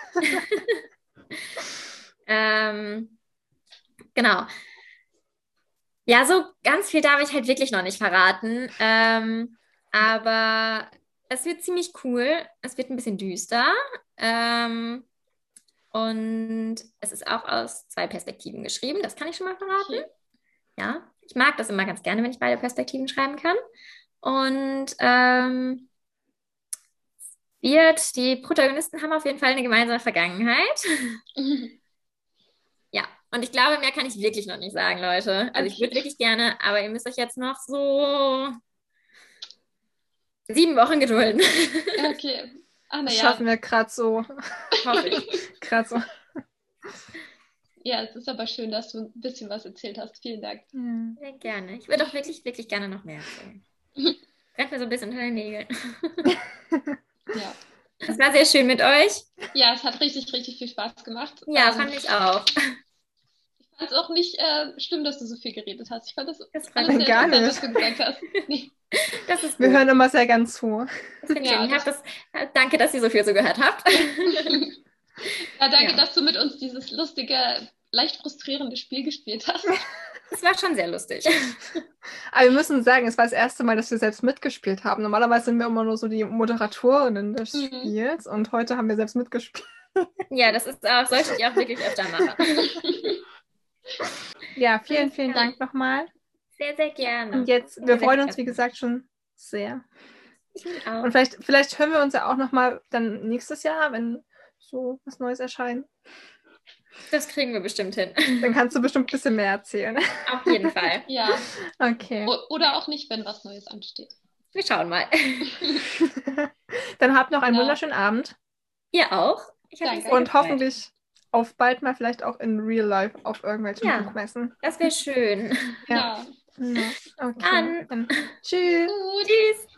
Ähm, genau. Ja, so ganz viel darf ich halt wirklich noch nicht verraten. Ähm, aber es wird ziemlich cool. Es wird ein bisschen düster. Ähm, und es ist auch aus zwei Perspektiven geschrieben. Das kann ich schon mal verraten. Okay. Ja, ich mag das immer ganz gerne, wenn ich beide Perspektiven schreiben kann. Und ähm, wird, die Protagonisten haben auf jeden Fall eine gemeinsame Vergangenheit. Ja, und ich glaube, mehr kann ich wirklich noch nicht sagen, Leute. Also ich würde Okay. wirklich gerne, aber ihr müsst euch jetzt noch so sieben Wochen gedulden. Okay. Ah, Das naja. schaffen wir gerade so. Hoffe ich. Gerade so. Ja, es ist aber schön, dass du ein bisschen was erzählt hast. Vielen Dank. Ja. Sehr gerne. Ich würde auch wirklich, wirklich gerne noch mehr erzählen. Brennt mir so ein bisschen unter den Nägeln. Ja. Es war sehr schön mit euch. Ja, es hat richtig, richtig viel Spaß gemacht. Ja, Ähm, fand ich auch. Ich fand es auch nicht äh, schlimm, dass du so viel geredet hast. Ich fand das Das freut alles mich. sehr Gar interessant, nicht. was du gesagt hast. Nee. Das ist Wir gut. hören immer sehr gern zu. Das finde ich Ja, schön. Ich hab das, danke, dass ihr so viel so gehört habt. Ja, danke, Ja. dass du mit uns dieses lustige, leicht frustrierende Spiel gespielt hast. Es war schon sehr lustig. Aber wir müssen sagen, es war das erste Mal, dass wir selbst mitgespielt haben. Normalerweise sind wir immer nur so die Moderatorinnen des Mhm. Spiels und heute haben wir selbst mitgespielt. Ja, das ist auch, solltet ihr auch wirklich öfter machen. Ja, vielen, vielen Dank nochmal. Sehr, sehr gerne. Und jetzt, Hat wir mir sehr freuen viel uns, wie Spaß gesagt, schon sehr. Ich mich auch. Und vielleicht, vielleicht hören wir uns ja auch nochmal dann nächstes Jahr, wenn so was Neues erscheint. Das kriegen wir bestimmt hin. Dann kannst du bestimmt ein bisschen mehr erzählen. Auf jeden Fall. Ja. Okay. O oder auch nicht, wenn was Neues ansteht. Wir schauen mal. Dann habt noch einen Ja. wunderschönen Abend Ihr auch. Ich habe mich Danke. sehr und gefreut. hoffentlich auf bald mal vielleicht auch in Real Life auf irgendwelchen Ja. Buchmessen. Das wäre schön. Ja. Ja. Ja. Okay. Dann. Dann tschüss. Gut. Tschüss.